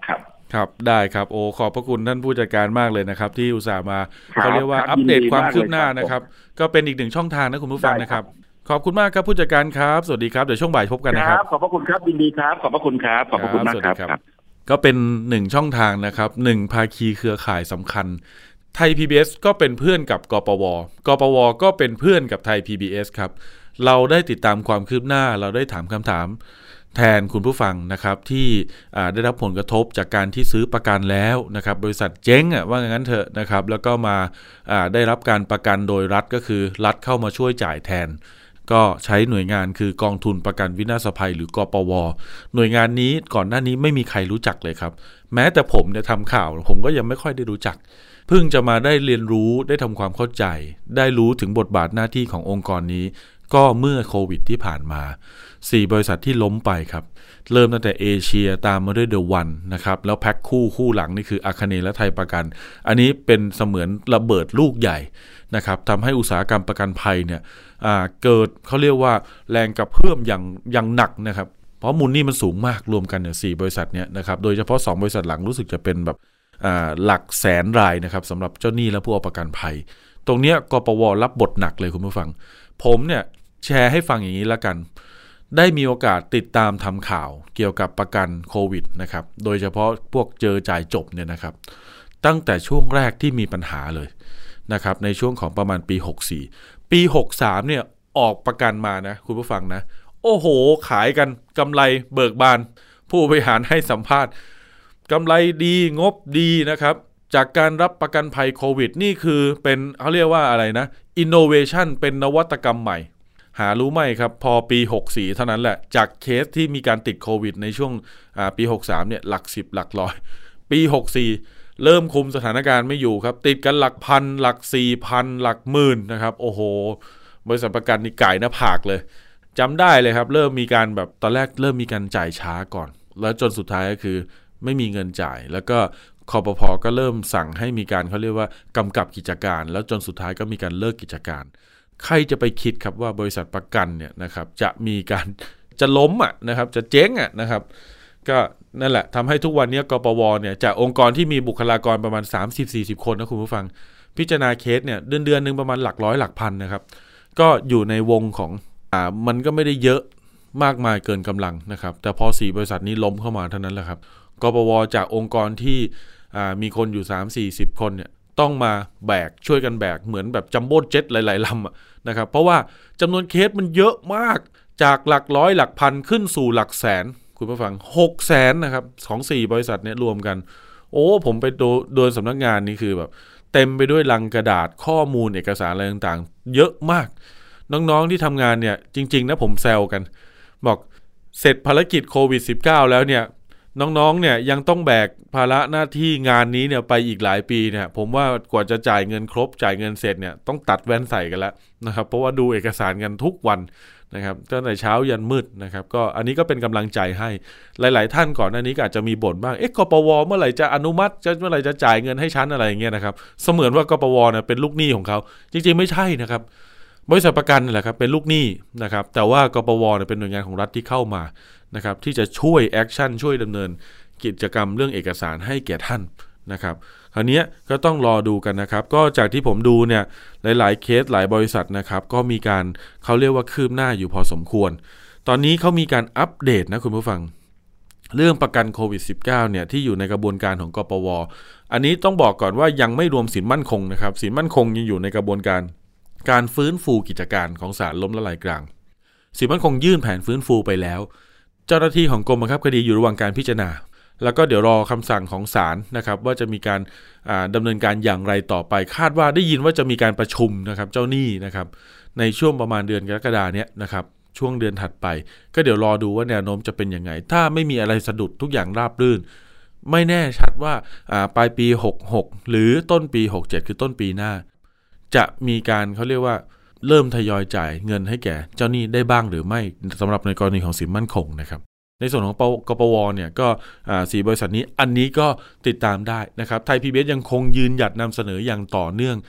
ครับได้ครับโอ้ขอบพระคุณท่านผู้จัดการมากเลยนะครับที่อุตส่าห์มาเขาเรียกว่าอัปเดตความคืบหน้านะครับก็เป็นอีกหนึ่งช่องทางนะคุณผู้ฟังนะครับขอบคุณมากครับผู้จัดการครับสวัสดีครับเดี๋ยวช่วงบ่ายพบกันนะครับขอบพระคุณครับยินดีครับขอบพระคุณครับขอบพระคุณมากครับก็เป็นหนึ่งช่องทางนะครับหนึ่งภาคีเครือข่ายสำคัญไทย พี บี เอส ก็เป็นเพื่อนกับกปวกปวก็เป็นเพื่อนกับไทย พี บี เอส ครับเราได้ติดตามความคืบหน้าเราได้ถามคำถามแทนคุณผู้ฟังนะครับที่ได้รับผลกระทบจากการที่ซื้อประกันแล้วนะครับบริษัทเจ๊งอ่ะว่างั้นเถอะนะครับแล้วก็มาได้รับการประกันโดยรัฐก็คือรัฐเข้ามาช่วยจ่ายแทนก็ใช้หน่วยงานคือกองทุนประกันวินาศภัยหรือกปวหน่วยงานนี้ก่อนหน้านี้ไม่มีใครรู้จักเลยครับแม้แต่ผมเนี่ยทำข่าวผมก็ยังไม่ค่อยได้รู้จักเพิ่งจะมาได้เรียนรู้ได้ทำความเข้าใจได้รู้ถึงบทบาทหน้าที่ขององค์กรนี้ก็เมื่อโควิดที่ผ่านมาสี่บริษัทที่ล้มไปครับเริ่มตั้งแต่เอเชียตามมาด้วยเดอะวันนะครับแล้วแพ็คคู่คู่หลังนี่คืออาคเนย์และไทยประกันอันนี้เป็นเสมือนระเบิดลูกใหญ่นะครับทำให้อุตสาหกรรมประกันภัยเนี่ยเกิดเขาเรียกว่าแรงกระเพื่อมอย่างอย่างหนักนะครับเพราะมูลนี่มันสูงมากรวมกันเนี่ยสี่บริษัทเนี่ยนะครับโดยเฉพาะสองบริษัทหลังรู้สึกจะเป็นแบบหลักแสนรายนะครับสำหรับเจ้าหนี้และผู้เอาประกันภัยตรงเนี้ยกปวรับบทหนักเลยคุณผู้ฟังผมเนี่ยแชร์ให้ฟังอย่างนี้ละกันได้มีโอกาสติดตามทำข่าวเกี่ยวกับประกันโควิดนะครับโดยเฉพาะพวกเจอจ่ายจบเนี่ยนะครับตั้งแต่ช่วงแรกที่มีปัญหาเลยนะครับในช่วงของประมาณปีหกสิบสี่ปีหกสิบสามเนี่ยออกประกันมานะคุณผู้ฟังนะโอ้โหขายกันกำไรเบิกบานผู้บริหารให้สัมภาษณ์กำไรดีงบดีนะครับจากการรับประกันภัยโควิดนี่คือเป็นเขาเรียกว่าอะไรนะ innovation เป็นนวัตกรรมใหม่หารู้ไหมครับพอปีหกสิบสี่เท่านั้นแหละจากเคสที่มีการติดโควิดในช่วงปีหกสิบสามเนี่ยหลักสิบหลักร้อยปีหกสิบสี่เริ่มคุมสถานการณ์ไม่อยู่ครับติดกันหลักพันหลักสี่พันหลักหมื่นนะครับโอ้โหบริษัทประกันนี่ไก่หน้าผากเลยจำได้เลยครับเริ่มมีการแบบตอนแรกเริ่มมีการจ่ายช้าก่อนแล้วจนสุดท้ายก็คือไม่มีเงินจ่ายแล้วก็คปภ.ก็เริ่มสั่งให้มีการเขาเรียกว่ากำกับกิจการแล้วจนสุดท้ายก็มีการเลิกกิจการใครจะไปคิดครับว่าบริษัทประกันเนี่ยนะครับจะมีการจะล้มอ่ะนะครับจะเจ๊งอ่ะนะครับก็นั่นแหละทำให้ทุกวันนี้กปวเนี่ยจากองค์กรที่มีบุคลากรประมาณ สามสิบถึงสี่สิบ คนนะคุณผู้ฟังพิจารณาเคสเนี่ยเดือนเดือนนึงประมาณหลักร้อยหลักพันนะครับก็อยู่ในวงของอ่ามันก็ไม่ได้เยอะมากมายเกินกำลังนะครับแต่พอสี่บริษัทนี้ล้มเข้ามาเท่านั้นแหละครับกปวจากองค์กรที่อ่ามีคนอยู่ สามถึงสี่สิบ คนเนี่ยต้องมาแบกช่วยกันแบกเหมือนแบบจัมโบ้เจ็ตหลายๆลำนะครับเพราะว่าจำนวนเคสมันเยอะมากจากหลักร้อยหลักพันขึ้นสู่หลักแสนคุณผู้ฟังหกแสนนะครับของสี่บริษัทเนี่ยรวมกันโอ้ผมไปโดโดนสำนักงานนี้คือแบบเต็มไปด้วยลังกระดาษข้อมูลเอกสารอะไรต่างๆเยอะมากน้องๆที่ทำงานเนี่ยจริงๆนะผมแซวกันบอกเสร็จภารกิจโควิด สิบเก้า แล้วเนี่ยน้องๆเนี่ยยังต้องแบกภาระหน้าที่งานนี้เนี่ยไปอีกหลายปีเนี่ยผมว่ากว่าจะจ่ายเงินครบจ่ายเงินเสร็จเนี่ยต้องตัดแว่นใส่กันแล้วนะครับเพราะว่าดูเอกสารกันทุกวันนะครับตั้งแต่เช้ายันมืดนะครับก็อันนี้ก็เป็นกำลังใจให้หลายๆท่านก่อนหน้านี้ก็อาจจะมีบ่นบ้างเอ๊ะกปวเมื่อไหร่จะอนุมัติจะเมื่อไหร่จะจ่ายเงินให้ฉันอะไรอย่างเงี้ยนะครับเสมือนว่ากปวเนี่ยเป็นลูกหนี้ของเขาจริงๆไม่ใช่นะครับบริษัทประกันนี่แหละครับเป็นลูกหนี้นะครับแต่ว่ากปวเนี่ยเป็นหน่วยงานของรัฐที่เข้ามานะครับที่จะช่วยแอคชั่นช่วยดำเนินกิจกรรมเรื่องเอกสารให้แก่ท่านนะครับคราวนี้ก็ต้องรอดูกันนะครับก็จากที่ผมดูเนี่ยหลายๆเคสหลายบริษัทนะครับก็มีการเขาเรียกว่าคืบหน้าอยู่พอสมควรตอนนี้เขามีการอัปเดตนะคุณผู้ฟังเรื่องประกันโควิด สิบเก้า เนี่ยที่อยู่ในกระบวนการของกปวอันนี้ต้องบอกก่อนว่ายังไม่รวมสินมั่นคงนะครับสินมั่นคงยังอยู่ในกระบวนการการฟื้นฟูกิจการของศาลล้มละลายกลางสินมั่นคงยื่นแผนฟื้นฟูไปแล้วเจ้าหน้าที่ของกรมบังคับคดีอยู่ระหว่างการพิจารณาแล้วก็เดี๋ยวรอคำสั่งของศาลนะครับว่าจะมีการดำเนินการอย่างไรต่อไปคาดว่าได้ยินว่าจะมีการประชุมนะครับเจ้าหนี้นะครับในช่วงประมาณเดือนกรกฎาคมเนี้ยนะครับช่วงเดือนถัดไปก็เดี๋ยวรอดูว่าแนวโน้มจะเป็นยังไงถ้าไม่มีอะไรสะดุดทุกอย่างราบรื่นไม่แน่ชัดว่าปลายปีหกสิบหกหรือต้นปีหกสิบเจ็ดคือต้นปีหน้าจะมีการเขาเรียกว่าเริ่มทยอยจ่ายเงินให้แก่เจ้าหนี้ได้บ้างหรือไม่สำหรับในกรณีของสินมั่นคงนะครับในส่วนของกปวเนี่ยก็สี่บริษัทนี้อันนี้ก็ติดตามได้นะครับไทย พี บี เอส ยังคงยืนหยัดนำเสนออย่างต่อเนื่อง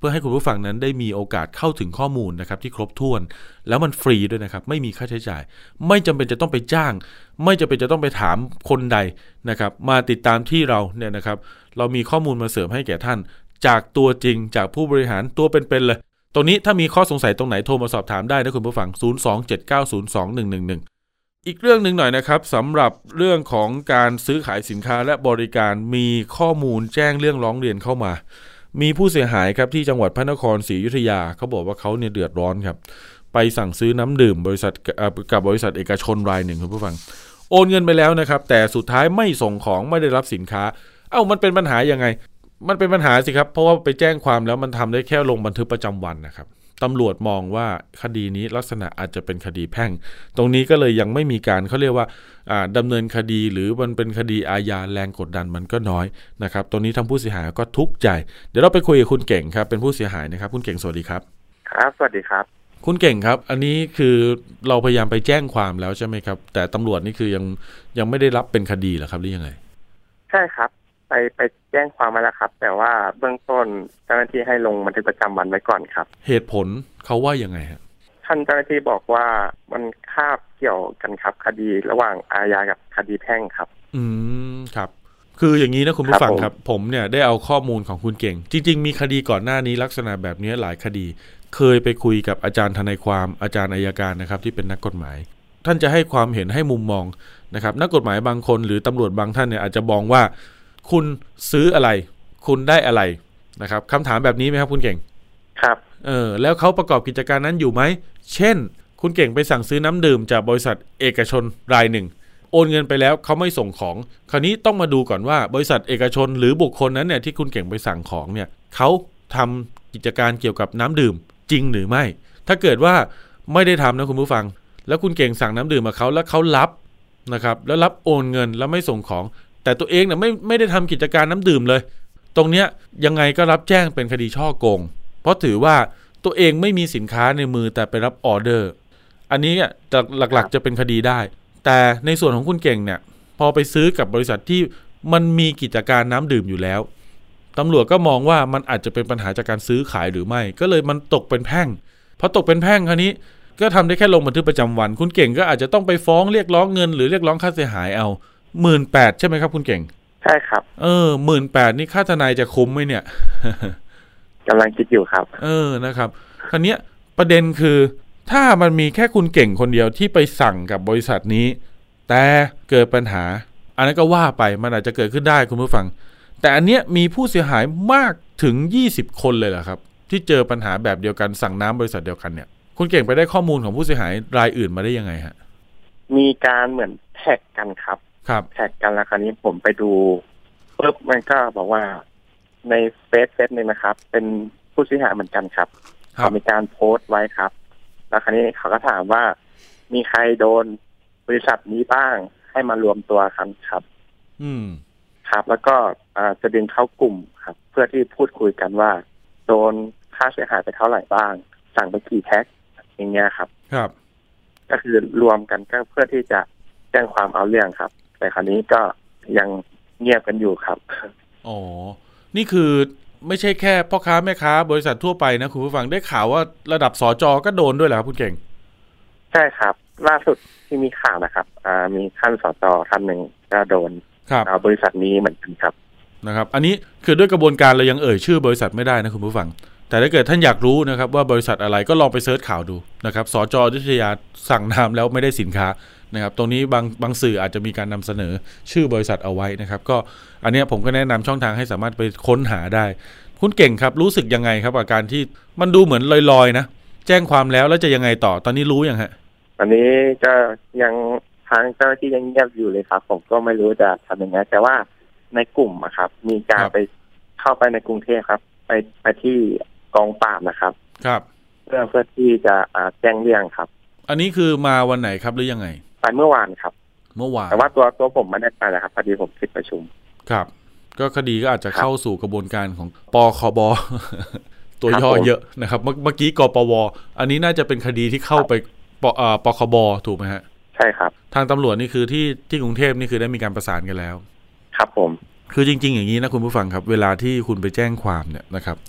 พื่อให้คุณผู้ฟังนั้นได้มีโอกาสเข้าถึงข้อมูลนะครับที่ครบถ้วนแล้วมันฟรีด้วยนะครับไม่มีค่าใช้จ่ายไม่จำเป็นจะต้องไปจ้างไม่จำเป็นจะต้องไปถามคนใดนะครับมาติดตามที่เราเนี่ยนะครับเรามีข้อมูลมาเสริมให้แก่ท่านจากตัวจริงจากผู้บริหารตัวเป็นๆเลยตรงนี้ถ้ามีข้อสงสัยตรงไหนโทรมาสอบถามได้นะคุณผู้ฟังศูนย์ สอง เจ็ด เก้า ศูนย์ สอง หนึ่ง หนึ่ง หนึ่งอีกเรื่องนึงหน่อยนะครับสำหรับเรื่องของการซื้อขายสินค้าและบริการมีข้อมูลแจ้งเรื่องร้องเรียนเข้ามามีผู้เสียหายครับที่จังหวัดพระนครศรีอยุธยาเขาบอกว่าเขาเนี่ยเดือดร้อนครับไปสั่งซื้อน้ำดื่มบริษัทกับบริษัทเอกชนรายหนึ่งคุณผู้ฟังโอนเงินไปแล้วนะครับแต่สุดท้ายไม่ส่งของไม่ได้รับสินค้าเอ้ามันเป็นปัญหายังไงมันเป็นปัญหาสิครับเพราะว่าไปแจ้งความแล้วมันทำได้แค่ลงบันทึกประจำวันนะครับตำรวจมองว่าคดีนี้ลักษณะอาจจะเป็นคดีแพ่งตรงนี้ก็เลยยังไม่มีการเขาเรียกว่าดำเนินคดีหรือมันเป็นคดีอาญาแรงกดดันมันก็น้อยนะครับตรงนี้ทางผู้เสียหายก็ทุกข์ใจเดี๋ยวเราไปคุยกับคุณเก่งครับเป็นผู้เสียหายนะครับคุณเก่งสวัสดีครับครับสวัสดีครับคุณเก่งครับอันนี้คือเราพยายามไปแจ้งความแล้วใช่ไหมครับแต่ตำรวจนี่คือยังยังไม่ได้รับเป็นคดีหรอครับหรือยังไงใช่ครับไปไปแจ้งความมาแล้วครับแต่ว่าเบื้องต้นเจ้าหน้าที่ให้ลงบันทึกประจำวันไว้ก่อนครับเหตุผลเขาว่ายังไงฮะท่านเจ้าหน้าที่บอกว่ามันคาบเกี่ยวกันครับคดีระหว่างอาญากับคดีแพ่งครับอืมครับคืออย่างนี้นะคุณผู้ฟังครับผมเนี่ยได้เอาข้อมูลของคุณเก่งจริงๆมีคดีก่อนหน้านี้ลักษณะแบบนี้หลายคดีเคยไปคุยกับอาจารย์ทนายความอาจารย์อัยการนะครับที่เป็นนักกฎหมายท่านจะให้ความเห็นให้มุมมองนะครับนักกฎหมายบางคนหรือตำรวจบางท่านเนี่ยอาจจะมองว่าคุณซื้ออะไรคุณได้อะไรนะครับคำถามแบบนี้ไหมครับคุณเก่งครับเออแล้วเขาประกอบกิจการนั้นอยู่ไหมเช่นคุณเก่งไปสั่งซื้อน้ำดื่มจากบริษัทเอกชนรายหนึ่งโอนเงินไปแล้วเขาไม่ส่งของคราวนี้ต้องมาดูก่อนว่าบริษัทเอกชนหรือบุคคลนั้นเนี่ยที่คุณเก่งไปสั่งของเนี่ยเขาทำกิจการเกี่ยวกับน้ำดื่มจริงหรือไม่ถ้าเกิดว่าไม่ได้ทำนะคุณผู้ฟังแล้วคุณเก่งสั่งน้ำดื่มมาเขาแล้วเขารับนะครับแล้วรับโอนเงินแล้วไม่ส่งของแต่ตัวเองเนี่ยไม่ไม่ได้ทำกิจการน้ำดื่มเลยตรงเนี้ยยังไงก็รับแจ้งเป็นคดีฉ้อโกงเพราะถือว่าตัวเองไม่มีสินค้าในมือแต่ไปรับออเดอร์อันนี้เนี่ยหลักๆจะเป็นคดีได้แต่ในส่วนของคุณเก่งเนี่ยพอไปซื้อกับบริษัทที่มันมีกิจการน้ำดื่มอยู่แล้วตำรวจก็มองว่ามันอาจจะเป็นปัญหาจากการซื้อขายหรือไม่ก็เลยมันตกเป็นแพ่งพอตกเป็นแพ่งคราวนี้ก็ทำได้แค่ลงบันทึกประจำวันคุณเก่งก็อาจจะต้องไปฟ้องเรียกร้องเงินหรือเรียกร้องค่าเสียหายเอาหมื่นแปดใช่ไหมครับคุณเก่งใช่ครับเออหมื่นแปดนี่ค่าทนายจะคุ้มไหมเนี่ยกำลังคิดอยู่ครับเออนะครับคราวนี้ประเด็นคือถ้ามันมีแค่คุณเก่งคนเดียวที่ไปสั่งกับบริษัทนี้แต่เกิดปัญหาอันนั้นก็ว่าไปมันอาจจะเกิดขึ้นได้คุณผู้ฟังแต่อันเนี้ยมีผู้เสียหายมากถึงยี่สิบคนเลยเหรอครับที่เจอปัญหาแบบเดียวกันสั่งน้ำบริษัทเดียวกันเนี่ยคุณเก่งไปได้ข้อมูลของผู้เสียหายรายอื่นมาได้ยังไงฮะมีการเหมือนแท็กกันครับครับแท็กกันแล้วคราวนี้ผมไปดูปุ๊บมันก็บอกว่าในเฟซเฟซนึงนะครับเป็นผู้เสียหายเหมือนกันครับเขามีการโพสต์ไว้ครับแล้วคราวนี้เขาก็ถามว่ามีใครโดนบริษัทนี้บ้างให้มารวมตัวกันครับอืมครับแล้วก็จะดึงเข้ากลุ่มครับเพื่อที่พูดคุยกันว่าโดนค่าเสียหายไปเท่าไหร่บ้างสั่งไปกี่แพ็คอย่างเงี้ยครับครับก็คือรวมกันก็เพื่อที่จะแจ้งความเอาเรื่องครับแต่คราวนี้ก็ยังเงียบกันอยู่ครับอ๋อนี่คือไม่ใช่แค่พ่อค้าแม่ค้าบริษัททั่วไปนะคุณผู้ฟังได้ข่าวว่าระดับสจ.ก็โดนด้วยเหรอครับคุณเก่งใช่ครับล่าสุดที่มีข่าวนะครับมีท่านสจ.ท่านหนึ่งก็โดนบริษัทนี้เหมือนกันครับนะครับอันนี้คือด้วยกระบวนการเรายังเอ่ยชื่อบริษัทไม่ได้นะคุณผู้ฟังแต่ถ้าเกิดท่านอยากรู้นะครับว่าบริษัทอะไรก็ลองไปเสิร์ชข่าวดูนะครับสจ.อยุธยาสั่งน้ำแล้วไม่ได้สินค้านะครับตรงนี้บางบางสื่ออาจจะมีการนำเสนอชื่อบริษัทเอาไว้นะครับก็อันนี้ผมก็แนะนำช่องทางให้สามารถไปค้นหาได้คุณเก่งครับรู้สึกยังไงครับกับการที่มันดูเหมือนลอยๆนะแจ้งความแล้วแล้วจะยังไงต่อตอนนี้รู้ยังฮะตอนนี้ก็ยังทางเจ้าหน้าที่ยังเงียบอยู่เลยครับผมก็ไม่รู้จะทำยังไงแต่ว่าในกลุ่มอะครับมีการไปเข้าไปในกรุงเทพครับไปไปที่กองปราบนะครับครับเพื่อเพื่อที่จะแจ้งเรื่องครับอันนี้คือมาวันไหนครับหรือยังไงไปเมื่อวานครับเมื่อวานแต่ว่าตัวตัวผมไม่ได้ไปนะครับพอดีผมติดประชุมครับก็คดีก็อาจจะเข้าสู่กระบวนการของปคบ ตัวย่อเยอะนะครับเมื่อกี้กปวอันนี้น่าจะเป็นคดีที่เข้าไปปปคบถูกไหมฮะใช่ครับทางตำรวจนี่คือที่ที่กรุงเทพนี่คือได้มีการประสานกันแล้วครับผมคือจริงๆอย่างนี้นะคุณผู้ฟังครับเวลาที่คุณไปแจ้งความเนี่ยนะครับ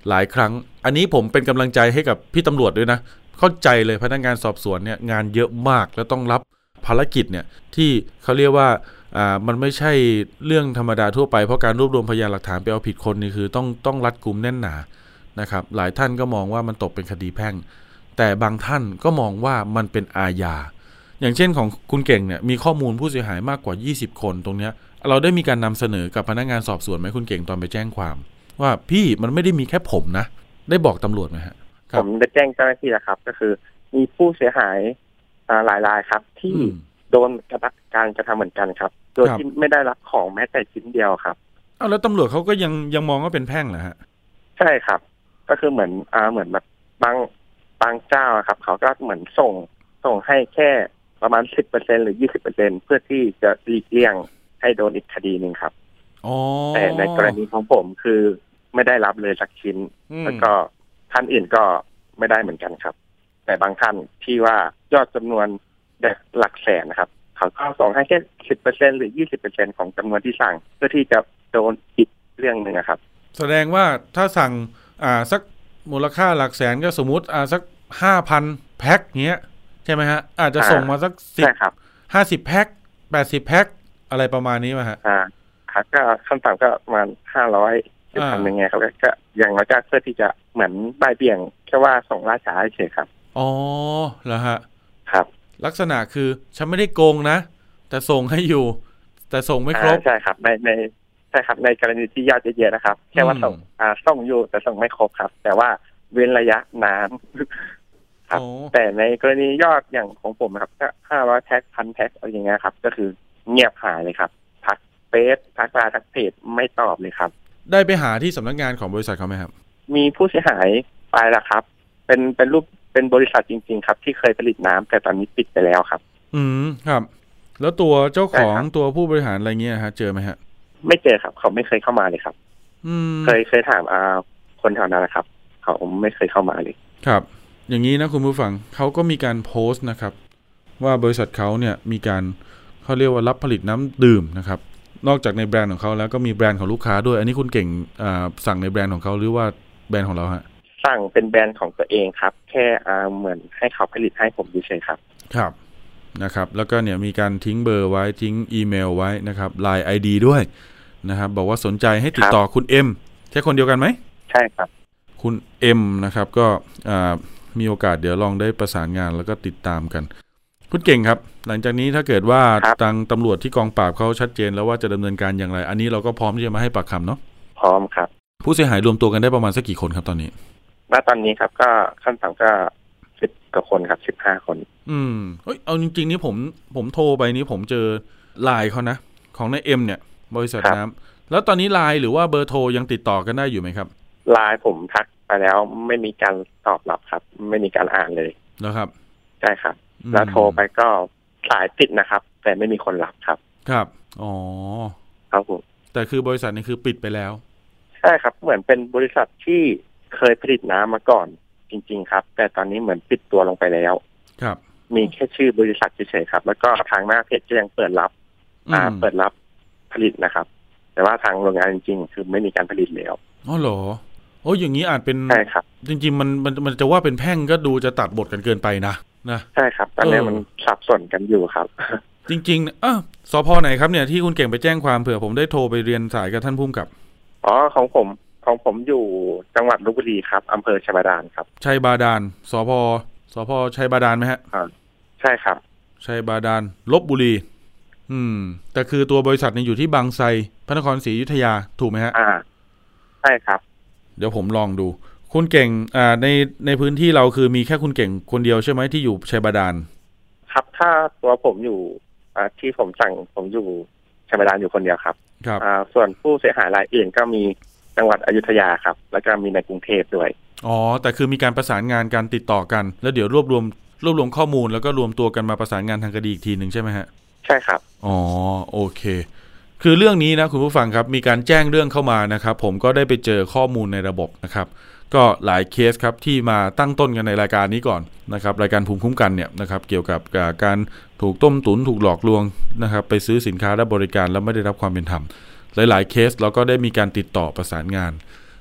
หลายครั้งอันนี้ผมเป็นกำลังใจให้กับพี่ตำรวจด้วยนะเข้าใจเลยพนักงานสอบสวนเนี่ยงานเยอะมากแล้วต้องรับภารกิจเนี่ยที่เขาเรียกว่าอ่ามันไม่ใช่เรื่องธรรมดาทั่วไปเพราะการรวบรวมพยานหลักฐานไปเอาผิดคนนี่คือต้องต้องรัดกุมแน่นหนานะครับหลายท่านก็มองว่ามันตกเป็นคดีแพ่งแต่บางท่านก็มองว่ามันเป็นอาญาอย่างเช่นของคุณเก่งเนี่ยมีข้อมูลผู้เสียหายมากกว่ายี่สิบคนตรงเนี้ยเราได้มีการนำเสนอกับพนักงานสอบสวนไหมคุณเก่งตอนไปแจ้งความว่าพี่มันไม่ได้มีแค่ผมนะได้บอกตำรวจไหมฮะผมได้แจ้งเจ้าหน้าที่แล้วครับก็คือมีผู้เสียหายหลายรายครับที่โดนกระทำการกระทำเหมือนกันครับโดยที่ไม่ได้รับของแม้แต่ชิ้นเดียวครับอ้าวแล้วตำรวจเขาก็ยังยังมองว่าเป็นแพ่งเหรอฮะใช่ครับก็คือเหมือนอ่าเหมือนแบบบางบางเจ้าครับเขาก็เหมือนส่งส่งให้แค่ประมาณ สิบเปอร์เซ็นต์ หรือ ยี่สิบเปอร์เซ็นต์ เพื่อที่จะหลีกเลี่ยงให้โดนอีกคดีนึงครับอ๋อแต่ในกรณีของผมคือไม่ได้รับเลยสักชิ้นแล้วก็ท่านอื่นก็ไม่ได้เหมือนกันครับแต่บางท่านที่ว่ายอดจำนวนแบบหลักแสนนะครับเขาก็ส่งให้แค่ สิบเปอร์เซ็นต์ หรือ ยี่สิบเปอร์เซ็นต์ ของจำนวนที่สั่งเพื่อที่จะโดนอีกเรื่องนึงครับแสดงว่าถ้าสั่งอ่าสักมูลค่าหลักแสนก็สมมุติอ่าสัก ห้าพัน แพ็คเงี้ยใช่ไหมฮะอาจจะส่งมาสักสิบ ห้าสิบแพ็คแปดสิบแพ็คอะไรประมาณนี้ป่ะฮะอ่าครับก็ขั้นต่ำก็ประมาณห้าร้อยจะทำยังไงครับก็อย่างน้อยก็เพื่อที่จะเหมือนบ่ายเบี่ยงแค่ว่าส่งล่าช้าเฉยครับอ๋อเหรอฮะครับลักษณะคือฉันไม่ได้โกงนะแต่ส่งให้อยู่แต่ส่งไม่ครบใช่ครับในในใช่ครับในกรณีที่ยอดเยอะๆนะครับแค่ว่าส่งอ่าส่งอยู่แต่ส่งไม่ครบครับแต่ว่าเว้นระยะนานครับแต่ในกรณียอดอย่างของผมครับก็ห้าร้อยแพ็คพันแพ็คอะไรอย่างเงี้ยครับก็คือเงียบหายเลยครับทักเฟซทักไลน์ทักเพจไม่ตอบเลยครับได้ไปหาที่สำนักงานของบริษัทเขาไหมครับมีผู้เสียหายไปแล้วครับเป็นเป็นรูปเป็นบริษัทจริงๆครับที่เคยผลิตน้ำแต่ตอนนี้ปิดไปแล้วครับอืมครับแล้วตัวเจ้าของตัวผู้บริหารอะไรเงี้ยฮะเจอไหมฮะไม่เจอครับเขาไม่เคยเข้ามาเลยครับอืมเคยเคยถามอ่าคนแถวนั้นนะครับเขาไม่เคยเข้ามาเลยครับอย่างนี้นะคุณผู้ฟังเขาก็มีการโพสต์นะครับว่าบริษัทเขาเนี่ยมีการเขาเรียกว่ารับผลิตน้ำดื่มนะครับนอกจากในแบรนด์ของเขาแล้วก็มีแบรนด์ของลูกค้าด้วยอันนี้คุณเก่งสั่งในแบรนด์ของเขาหรือว่าแบรนด์ของเราฮะสั่งเป็นแบรนด์ของตัวเองครับแค่เหมือนให้เขาผลิตให้ผมเฉยๆครับครับนะครับแล้วก็เนี่ยมีการทิ้งเบอร์ไว้ทิ้งอีเมลไว้นะครับ ไลน์ ไอ ดี ด้วยนะครับบอกว่าสนใจให้ติดต่อคุณเอ็มใช่คนเดียวกันไหมใช่ครับคุณเอ็มนะครับก็มีโอกาสเดี๋ยวลองได้ประสานงานแล้วก็ติดตามกันคุณเก่งครับหลังจากนี้ถ้าเกิดว่าทางตำรวจที่กองปราบเขาชัดเจนแล้วว่าจะดำเนินการอย่างไรอันนี้เราก็พร้อมที่จะมาให้ปากคำเนาะพร้อมครับผู้เสียหายรวมตัวกันได้ประมาณสักกี่คนครับตอนนี้ณตอนนี้ครับก็ขั้นต่ำก็สิบกว่าคนครับสิบห้าคนอืมเอ้ยเอาจริงๆนี่ผมผมโทรไปนี้ผมเจอไลน์เขานะของนายเอ็มเนี่ยบริษัทน้ำแล้วตอนนี้ไลน์หรือว่าเบอร์โทรยังติดต่อกันได้อยู่ไหมครับไลน์ผมทักไปแล้วไม่มีการตอบรับครับไม่มีการอ่านเลยแล้วครับใช่ครับแล้วโทรไปก็สายติดนะครับแต่ไม่มีคนรับครับครับอ๋อครับผมแต่คือบริษัทนี้คือปิดไปแล้วใช่ครับเหมือนเป็นบริษัทที่เคยผลิตน้ำมาก่อนจริงๆครับแต่ตอนนี้เหมือนปิดตัวลงไปแล้วครับมีแค่ชื่อบริษัทเฉยๆครับแล้วก็ทางหน้าเพจก็ยังเปิดรับอ่าเปิดรับผลิตนะครับแต่ว่าทางโรงงานจริงๆคือไม่มีการผลิตแล้วอ๋อเหรอโอ้อย่างนี้อาจเป็นใช่ครับจริงๆมันมันมันจะว่าเป็นแพ่งก็ดูจะตัดบทกันเกินไปนะนะใช่ครับตอนนี้มันสับสนกันอยู่ครับจริงๆอ่ะสภ.ไหนครับเนี่ยที่คุณเก่งไปแจ้งความเผื่อผมได้โทรไปเรียนสายกับท่านผู้กำกับอ๋อของผมของผมอยู่จังหวัดลพบุรีครับอำเภอชัยบาดาลครับชัยบาดาลสภ.สภ.ชัยบาดาลไหมฮะอ่าใช่ครับชัยบาดาลลพบุรีอืมแต่คือตัวบริษัทเนี่ยอยู่ที่บางไทรพระนครศรีอยุธยาถูกไหมฮะอ่าใช่ครับเดี๋ยวผมลองดูคุณเก่งอ่าในในพื้นที่เราคือมีแค่คุณเก่งคนเดียวใช่ไหมที่อยู่ชัยบาดาลครับถ้าตัวผมอยู่อ่าที่ผมสั่งผมอยู่ชัยบาดาลอยู่คนเดียวครับครับอ่าส่วนผู้เสียหายรายอื่นก็มีจังหวัดอยุธยาครับแล้วก็มีในกรุงเทพด้วยอ๋อแต่คือมีการประสานงานการติดต่อกันแล้วเดี๋ยวรวบรวมรวบรวมข้อมูลแล้วก็รวมตัวกันมาประสานงานทางคดีอีกทีนึงใช่ไหมฮะใช่ครับอ๋อโอเคคือเรื่องนี้นะคุณผู้ฟังครับมีการแจ้งเรื่องเข้ามานะครับผมก็ได้ไปเจอข้อมูลในระบบนะครับก็หลายเคสครับที่มาตั้งต้นกันในรายการนี้ก่อนนะครับรายการภูมิคุ้มกันเนี่ยนะครับเกี่ยวกับการถูกต้มตุ๋นถูกหลอกลวงนะครับไปซื้อสินค้าและบริการแล้วไม่ได้รับความเป็นธรรมหลายๆเคสเราก็ได้มีการติดต่อประสานงาน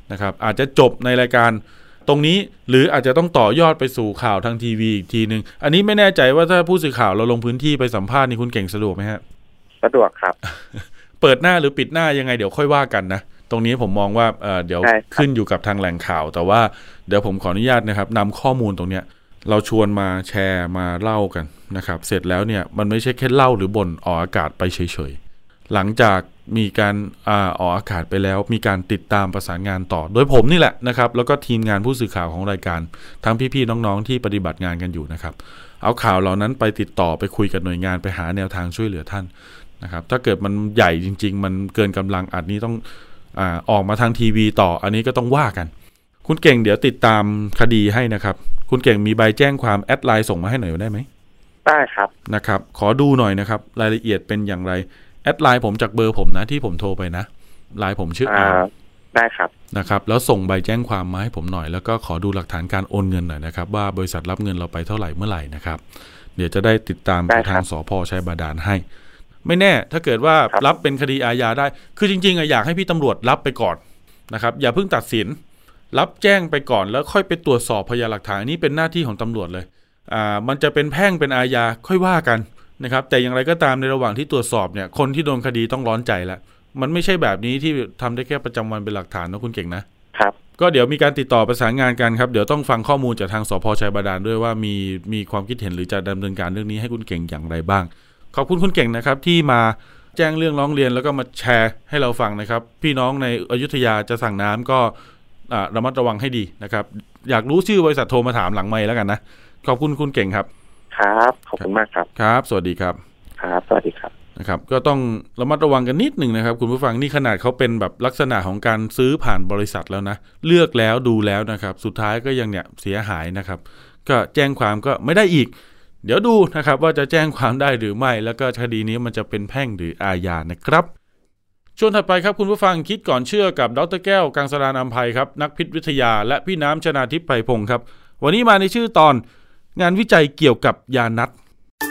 นะครับอาจจะจบในรายการตรงนี้หรืออาจจะต้องต่อยอดไปสู่ข่าวทางทีวีอีกทีนึงอันนี้ไม่แน่ใจว่าถ้าผู้สื่อข่าวเราลงพื้นที่ไปสัมภาษณ์นี่คุณเก่งสะดวกไหมฮะสะดวกครับเปิดหน้าหรือปิดหน้ายังไงเดี๋ยวค่อยว่ากันนะตรงนี้ผมมองว่า เอ่อ เดี๋ยวขึ้นอยู่กับทางแหล่งข่าวแต่ว่าเดี๋ยวผมขออนุญาตนะครับนำข้อมูลตรงเนี้ยเราชวนมาแชร์มาเล่ากันนะครับเสร็จแล้วเนี่ยมันไม่ใช่แค่เล่าหรือบ่นออกอากาศไปเฉยๆหลังจากมีการอ่าออกอากาศไปแล้วมีการติดตามประสานงานต่อโดยผมนี่แหละนะครับแล้วก็ทีมงานผู้สื่อข่าวของรายการทั้งพี่ๆน้องๆที่ปฏิบัติงานกันอยู่นะครับเอาข่าวเหล่านั้นไปติดต่อไปคุยกับหน่วยงานไปหาแนวทางช่วยเหลือท่านนะครับถ้าเกิดมันใหญ่จริงๆมันเกินกำลังอาจนี้ต้องอ่าออกมาทางทีวีต่ออันนี้ก็ต้องว่ากันคุณเก่งเดี๋ยวติดตามคดีให้นะครับคุณเก่งมีใบแจ้งความแอดไลน์ส่งมาให้หน่อยได้ไหมได้ครับนะครับขอดูหน่อยนะครับรายละเอียดเป็นอย่างไรแอดไลน์ผมจากเบอร์ผมนะที่ผมโทรไปนะไลน์ผมชื่ออาร์ได้ครับนะครับแล้วส่งใบแจ้งความมาให้ผมหน่อยแล้วก็ขอดูหลักฐานการโอนเงินหน่อยนะครับว่าบริษัทรับเงินเราไปเท่าไหร่เมื่อไหร่นะครับเดี๋ยวจะได้ติดตามไปทางสภ.ชัยบาดาลให้ไม่แน่ถ้าเกิดว่ารับเป็นคดีอาญาได้คือจริงๆอยากให้พี่ตำรวจรับไปก่อนนะครับอย่าเพิ่งตัดสินรับแจ้งไปก่อนแล้วค่อยไปตรวจสอบพยานหลักฐานนี้เป็นหน้าที่ของตำรวจเลยอ่ามันจะเป็นแพ่งเป็นอาญาค่อยว่ากันนะครับแต่อย่างไรก็ตามในระหว่างที่ตรวจสอบเนี่ยคนที่โดนคดีต้องร้อนใจแล้วมันไม่ใช่แบบนี้ที่ทำได้แค่ประจำวันเป็นหลักฐานนะคุณเก่งนะครับก็เดี๋ยวมีการติดต่อประสานงานกันครับเดี๋ยวต้องฟังข้อมูลจากทางสภ.ชัยบาดาลด้วยว่ามีมีความคิดเห็นหรือจะดำเนินการเรื่องนี้ให้คุณเก่งอย่างไรบ้างขอบคุณคุณเก่งนะครับที่มาแจ้งเรื่องร้องเรียนแล้วก็มาแชร์ให้เราฟังนะครับพี่น้องในอยุธยาจะสั่งน้ำก็ระมัดระวังให้ดีนะครับอยากรู้ชื่อบริษัทโทรมาถามหลังไมค์แล้วกันนะขอบคุณคุณเก่งครับครับขอบคุณมากครับครับสวัสดีครับครับสวัสดีครับนะครับก็ต้องระมัดระวังกันนิดหนึ่งนะครับคุณผู้ฟังนี่ขนาดเขาเป็นแบบลักษณะของการซื้อผ่านบริษัทแล้วนะเลือกแล้วดูแล้วนะครับสุดท้ายก็ยังเนี่ยเสียหายนะครับก็แจ้งความก็ไม่ได้อีกเดี๋ยวดูนะครับว่าจะแจ้งความได้หรือไม่แล้วก็คดีนี้มันจะเป็นแพ่งหรืออาญานะครับช่วงถัดไปครับคุณผู้ฟังคิดก่อนเชื่อกับดร.แก้วกังสดาลอำไพครับนักพิษวิทยาและพี่น้ำชนาทิพย์ไพพงศ์ครับวันนี้มาในชื่อตอนงานวิจัยเกี่ยวกับยานัด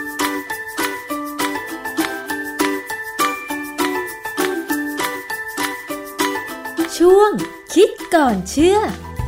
ช่วงคิดก่อนเชื่อ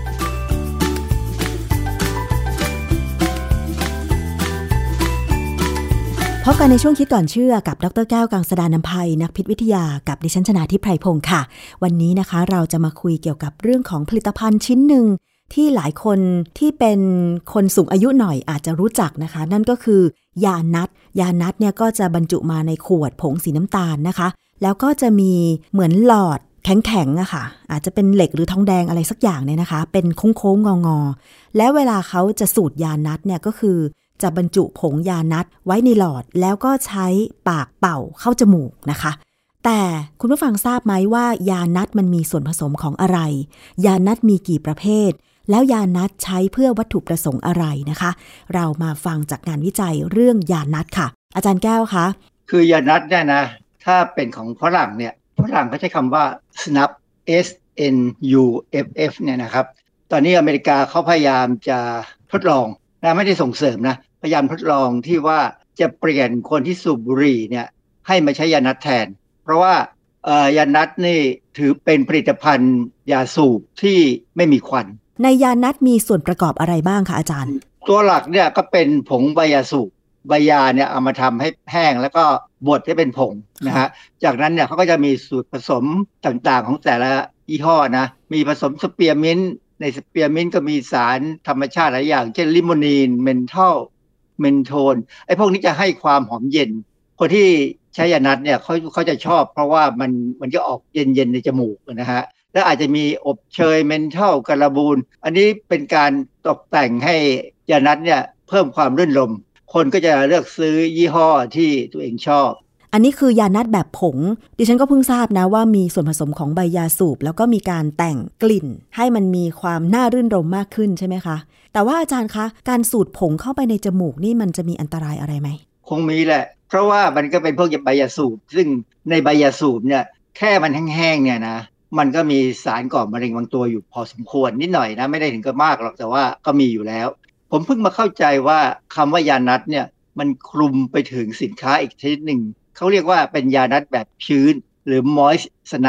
พบกันในช่วงคิดก่อนเชื่อกับดร.แก้วกังสดาลอำไพนักพิษวิทยากับดิฉันชนาทิพย์ไพพงศ์ค่ะวันนี้นะคะเราจะมาคุยเกี่ยวกับเรื่องของผลิตภัณฑ์ชิ้นหนึ่งที่หลายคนที่เป็นคนสูงอายุหน่อยอาจจะรู้จักนะคะนั่นก็คือยานัดยานัดเนี่ยก็จะบรรจุมาในขวดผงสีน้ำตาลนะคะแล้วก็จะมีเหมือนหลอดแข็งๆอะค่ะอาจจะเป็นเหล็กหรือทองแดงอะไรสักอย่างเนี่ยนะคะเป็นโค้งๆงอๆแล้วเวลาเขาจะสูดยานัดเนี่ยก็คือจะบรรจุผงยานัดไว้ในหลอดแล้วก็ใช้ปากเป่าเข้าจมูกนะคะแต่คุณผู้ฟังทราบไหมว่ายานัดมันมีส่วนผสมของอะไรยานัดมีกี่ประเภทแล้วยานัดใช้เพื่อวัตถุประสงค์อะไรนะคะเรามาฟังจากงานวิจัยเรื่องยานัดค่ะอาจารย์แก้วคะคือยานัดเนี่ยนะถ้าเป็นของฝรั่งเนี่ยฝรั่งเขาใช้คำว่า snuff S N U F F เนี่ยนะครับตอนนี้อเมริกาเขาพยายามจะทดลองนะไม่ได้ส่งเสริมนะพยายามทดลองที่ว่าจะเปลี่ยนคนที่สูบบุหรี่เนี่ยให้มาใช้ยานัดแทนเพราะว่ายานัดนี่ถือเป็นผลิตภัณฑ์ยาสูบที่ไม่มีควันในยานัดมีส่วนประกอบอะไรบ้างคะอาจารย์ตัวหลักเนี่ยก็เป็นผงใบยาสูบใบยาเนี่ยเอามาทำให้แห้งแล้วก็บดให้เป็นผงนะฮะจากนั้นเนี่ยเขาก็จะมีสูตรผสมต่างๆของแต่ละยี่ห้อนะมีผสมสเปียร์มินต์ในสเปียร์มินต์ก็มีสารธรรมชาติหลายอย่างเช่นลิโมนีนเมนทอลเมนโทนไอ้พวกนี้จะให้ความหอมเย็นคนที่ใช้ยานัดเนี่ยเขาเขาจะชอบเพราะว่ามันมันจะออกเย็นๆในจมูกนะฮะแล้วอาจจะมีอบเชยเมนทอลการบูนอันนี้เป็นการตกแต่งให้ยานัดเนี่ยเพิ่มความรื่นรมย์คนก็จะเลือกซื้อยี่ห้อที่ตัวเองชอบอันนี้คือยานัดแบบผงดิฉันก็เพิ่งทราบนะว่ามีส่วนผสมของใบยาสูบแล้วก็มีการแต่งกลิ่นให้มันมีความน่ารื่นรมย์มากขึ้นใช่ไหมคะแต่ว่าอาจารย์คะการสูดผงเข้าไปในจมูกนี่มันจะมีอันตรายอะไรไหมคงมีแหละเพราะว่ามันก็เป็นพวกใบยาสูบซึ่งในใบยาสูบเนี่ยแค่มันแห้งๆเนี่ยนะมันก็มีสารก่อมะเร็งบางตัวอยู่พอสมควรนิดหน่อยนะไม่ได้ถึงกับมากหรอกแต่ว่าก็มีอยู่แล้วผมเพิ่งมาเข้าใจว่าคำว่ายานัดเนี่ยมันคลุมไปถึงสินค้าอีกชนิดหนึ่งเขาเรียกว่าเป็นยานัดแบบชื้นหรือ moist snuff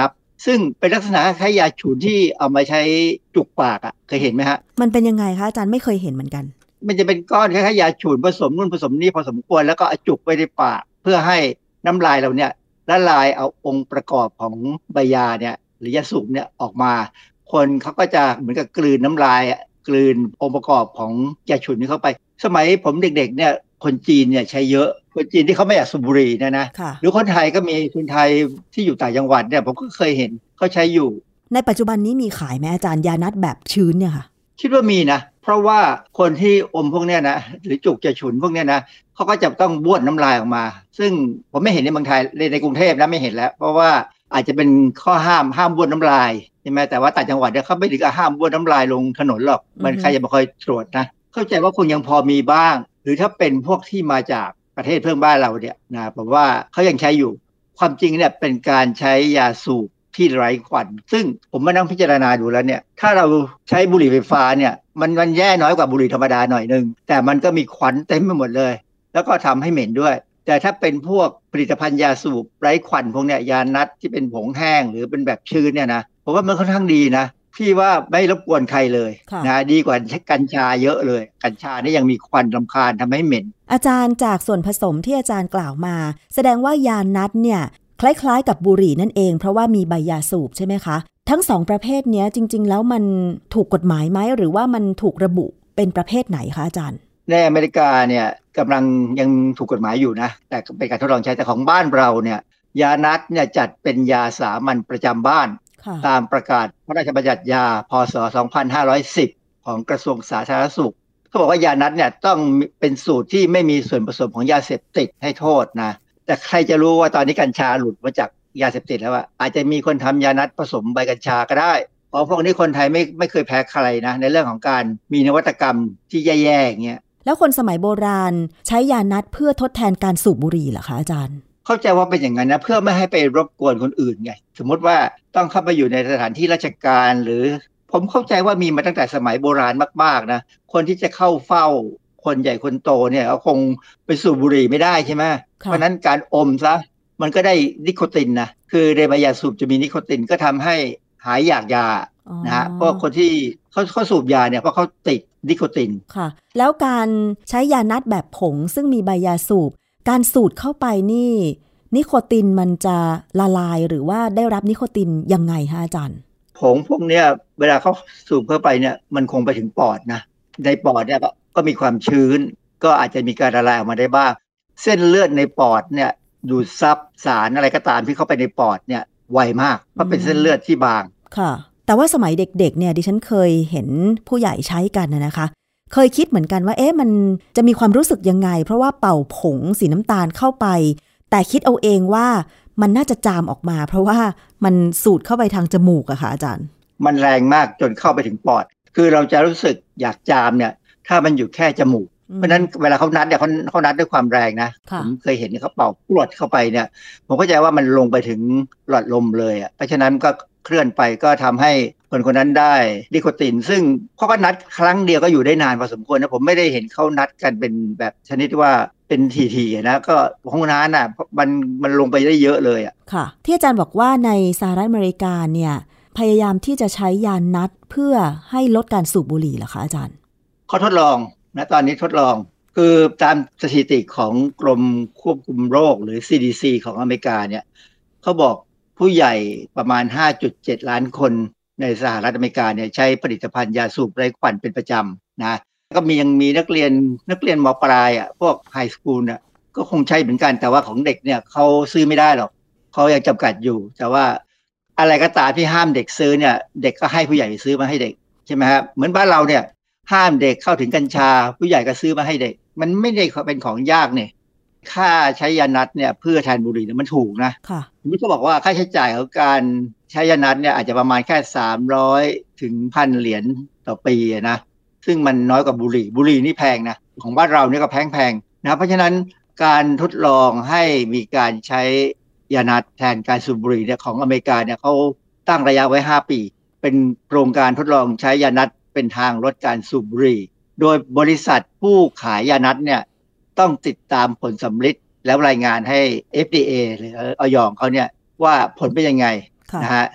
ซึ่งเป็นลักษณะคล้ายยาฉุนที่เอามาใช้จุกปากอ่ะเคยเห็นไหมฮะมันเป็นยังไงคะอาจารย์ไม่เคยเห็นเหมือนกันมันจะเป็นก้อนคล้ายๆยาฉุนผสมนู่นผสมนี่พอสมควรแล้วก็จุกไว้ในปากเพื่อให้น้ำลายเราเนี่ยละลายเอาองค์ประกอบของใบยาเนี่ยหรือยาสูบเนี่ยออกมาคนเขาก็จะเหมือนกับกลืนน้ำลายกลืนองค์ประกอบของยาฉุนนี้เข้าไปสมัยผมเด็กๆเนี่ยคนจีนเนี่ยใช้เยอะคนจีนที่เขาไม่อยากสูบบุหรี่นะนะหรือคนไทยก็มีคนไทยที่อยู่ต่างจังหวัดเนี่ยผมก็เคยเห็นเขาใช้อยู่ในปัจจุบันนี้มีขายไหมอาจารย์ยานัดแบบชื้นเนี่ยค่ะคิดว่ามีนะเพราะว่าคนที่อมพวกเนี้ยนะหรือจุกจะฉุนพวกเนี้ยนะเขาก็จะต้องบ้วนน้ำลายออกมาซึ่งผมไม่เห็นในเมืองไทยในกรุงเทพนะไม่เห็นแล้วเพราะว่าอาจจะเป็นข้อห้ามห้ามบ้วนน้ำลายใช่ไหมแต่ว่าต่างจังหวัดเนี่ยเขาไม่ถึงกับห้ามบ้วนน้ำลายลงถนนหรอกมันใครจะมาคอยตรวจนะเข้าใจว่าคงยังพอมีบ้างหรือถ้าเป็นพวกที่มาจากประเทศเพื่อนบ้านเราเนี่ยนะผมว่าเขายังใช้อยู่ความจริงเนี่ยเป็นการใช้ยาสูบที่ไร้ควันซึ่งผมมานั่งพิจารณาดูแล้วเนี่ยถ้าเราใช้บุหรี่ไฟฟ้าเนี่ยมันมันแย่น้อยกว่าบุหรี่ธรรมดาหน่อยนึงแต่มันก็มีควันเต็มไปหมดเลยแล้วก็ทำให้เหม็นด้วยแต่ถ้าเป็นพวกผลิตภัณฑ์ยาสูบไร้ควันพวกเนี้ยยานัดที่เป็นผงแห้งหรือเป็นแบบชื้นเนี่ยนะผมว่ามันค่อนข้างดีนะพี่ว่าไม่รบกวนใครเลยนะดีกว่ากัญชาเยอะเลยกัญชานี่ยังมีควันรำคาญทำให้เหม็นอาจารย์จากส่วนผสมที่อาจารย์กล่าวมาแสดงว่ายานัดเนี่ยคล้ายๆกับบุหรี่นั่นเองเพราะว่ามีใบยาสูบใช่ไหมคะทั้งสองประเภทนี้จริงๆแล้วมันถูกกฎหมายไหมหรือว่ามันถูกระบุเป็นประเภทไหนคะอาจารย์ในอเมริกาเนี่ยกำลังยังถูกกฎหมายอยู่นะแต่เป็นการทดลองใช้แต่ของบ้านเราเนี่ยยานัดเนี่ยจัดเป็นยาสามัญประจำบ้านตามประกาศพระราชบัญญัติยาพ.ศ. สองพันห้าร้อยสิบของกระทรวงสาธารณสุขเขาบอกว่ายานัดเนี่ยต้องเป็นสูตรที่ไม่มีส่วนผสมของยาเสพติดให้โทษนะแต่ใครจะรู้ว่าตอนนี้กัญชาหลุดมาจากยาเสพติดแล้วว่าอาจจะมีคนทำยานัดผสมใบกัญชาก็ได้เพราะพวกนี้คนไทยไม่ไม่เคยแพ้ใครนะในเรื่องของการมีนวัตกรรมที่แย่ๆอย่างเงี้ยแล้วคนสมัยโบราณใช้ยานัดเพื่อทดแทนการสูบบุหรี่เหรอคะอาจารย์เข้าใจว่าเป็นอย่างนั้นนะเพื่อไม่ให้ไปรบกวนคนอื่นไงสมมติว่าต้องเข้าไปอยู่ในสถานที่ราชการหรือผมเข้าใจว่ามีมาตั้งแต่สมัยโบราณมากๆนะคนที่จะเข้าเฝ้าคนใหญ่คนโตเนี่ยเขาคงไปสูบบุหรี่ไม่ได้ใช่ไหมเพราะนั้นการอมซะมันก็ได้นิโคตินนะคือในใบยาสูบจะมีนิโคตินก็ทำให้หายอยากยานะฮะเพราะคนที่เขาเขาสูบยาเนี่ยเพราะเขาติดนิโคตินค่ะแล้วการใช้ยานัดแบบผงซึ่งมีใบยาสูบการสูดเข้าไปนี่นิโคตินมันจะละลายหรือว่าได้รับนิโคตินยังไงฮะอาจารย์ผงพวกเนี้ยเวลาเขาสูบเข้าไปเนี่ยมันคงไปถึงปอดนะในปอดเนี่ยก็มีความชื้นก็อาจจะมีการละลายออกมาได้บ้างเส้นเลือดในปอดเนี่ยดูดซับสารอะไรก็ตามที่เข้าไปในปอดเนี่ยไวมากเพราะเป็นเส้นเลือดที่บางค่ะแต่ว่าสมัยเด็กๆเนี่ยดิฉันเคยเห็นผู้ใหญ่ใช้กันนะคะเคยคิดเหมือนกันว่าเอ๊ะมันจะมีความรู้สึกยังไงเพราะว่าเป่าผงสีน้ำตาลเข้าไปแต่คิดเอาเองว่ามันน่าจะจามออกมาเพราะว่ามันสูดเข้าไปทางจมูกอะค่ะอาจารย์มันแรงมากจนเข้าไปถึงปอดคือเราจะรู้สึกอยากจามเนี่ยถ้ามันอยู่แค่จมูกเพราะนั้นเวลาเขานัดเนี่ยเขาเขานัดด้วยความแรงนะผมเคยเห็นเขาเป่าปลวดเข้าไปเนี่ยผมเข้าใจว่ามันลงไปถึงหลอดลมเลยอ่ะเพราะฉะนั้นก็เคลื่อนไปก็ทำให้คนคนนั้นได้นิโคตินซึ่งเขาก็นัดครั้งเดียวก็อยู่ได้นานพอสมควรนะผมไม่ได้เห็นเขานัดกันเป็นแบบชนิดว่าเป็นทีๆนะก็ของนั้นอ่ะมันมันลงไปได้เยอะเลยอ่ะค่ะที่อาจารย์บอกว่าในสหรัฐอเมริกาเนี่ยพยายามที่จะใช้ยานัดเพื่อให้ลดการสูบบุหรี่เหรอคะอาจารย์เขาทดลองนะตอนนี้ทดลองคือตามสถิติของกรมควบคุมโรคหรือ ซี ดี ซี ของอเมริกาเนี่ยเขาบอกผู้ใหญ่ประมาณ ห้าจุดเจ็ด ล้านคนในสหรัฐอเมริกาเนี่ยใช้ผลิตภัณฑ์ยาสูบไร้ควันเป็นประจำนะก็มียังมีนักเรียนนักเรียนม.ปลายอ่ะพวกไฮสคูลน่ะก็คงใช้เหมือนกันแต่ว่าของเด็กเนี่ยเขาซื้อไม่ได้หรอกเขายังจำกัดอยู่แต่ว่าอะไรก็ตามที่ห้ามเด็กซื้อเนี่ยเด็กก็ให้ผู้ใหญ่ซื้อมาให้เด็กใช่ไหมครับเหมือนบ้านเราเนี่ยห้ามเด็กเข้าถึงกัญชาผู้ใหญ่ก็ซื้อมาให้เด็กมันไม่ได้เป็นของยากเนี่ยค่าใช้ยานัดเนี่ยเพื่อแทนบุหรี่เนี่ยมันถูกนะค่ะนี่ก็บอกว่าค่าใช้จ่ายของการใช้ยานัดเนี่ยอาจจะประมาณแค่สามร้อยถึง หนึ่งพัน เหรียญต่อปีนะซึ่งมันน้อยกว่าบุหรี่บุหรี่นี่แพงนะของบ้านเราเนี่ยก็แพงๆนะเพราะฉะนั้นการทดลองให้มีการใช้ยานัดแทนการสูบบุหรี่เนี่ยของอเมริกาเนี่ยเขาตั้งระยะไว้ห้าปีเป็นโครงการทดลองใช้ยานัดเป็นทางลดการสูบบุหรี่โดยบริษัทผู้ขายยานัดเนี่ยต้องติดตามผลสำลิดแล้วรายงานให้ เอฟ ดี เอ หรืออย.เขาเนี่ยว่าผลเป็นยังไงนะฮะ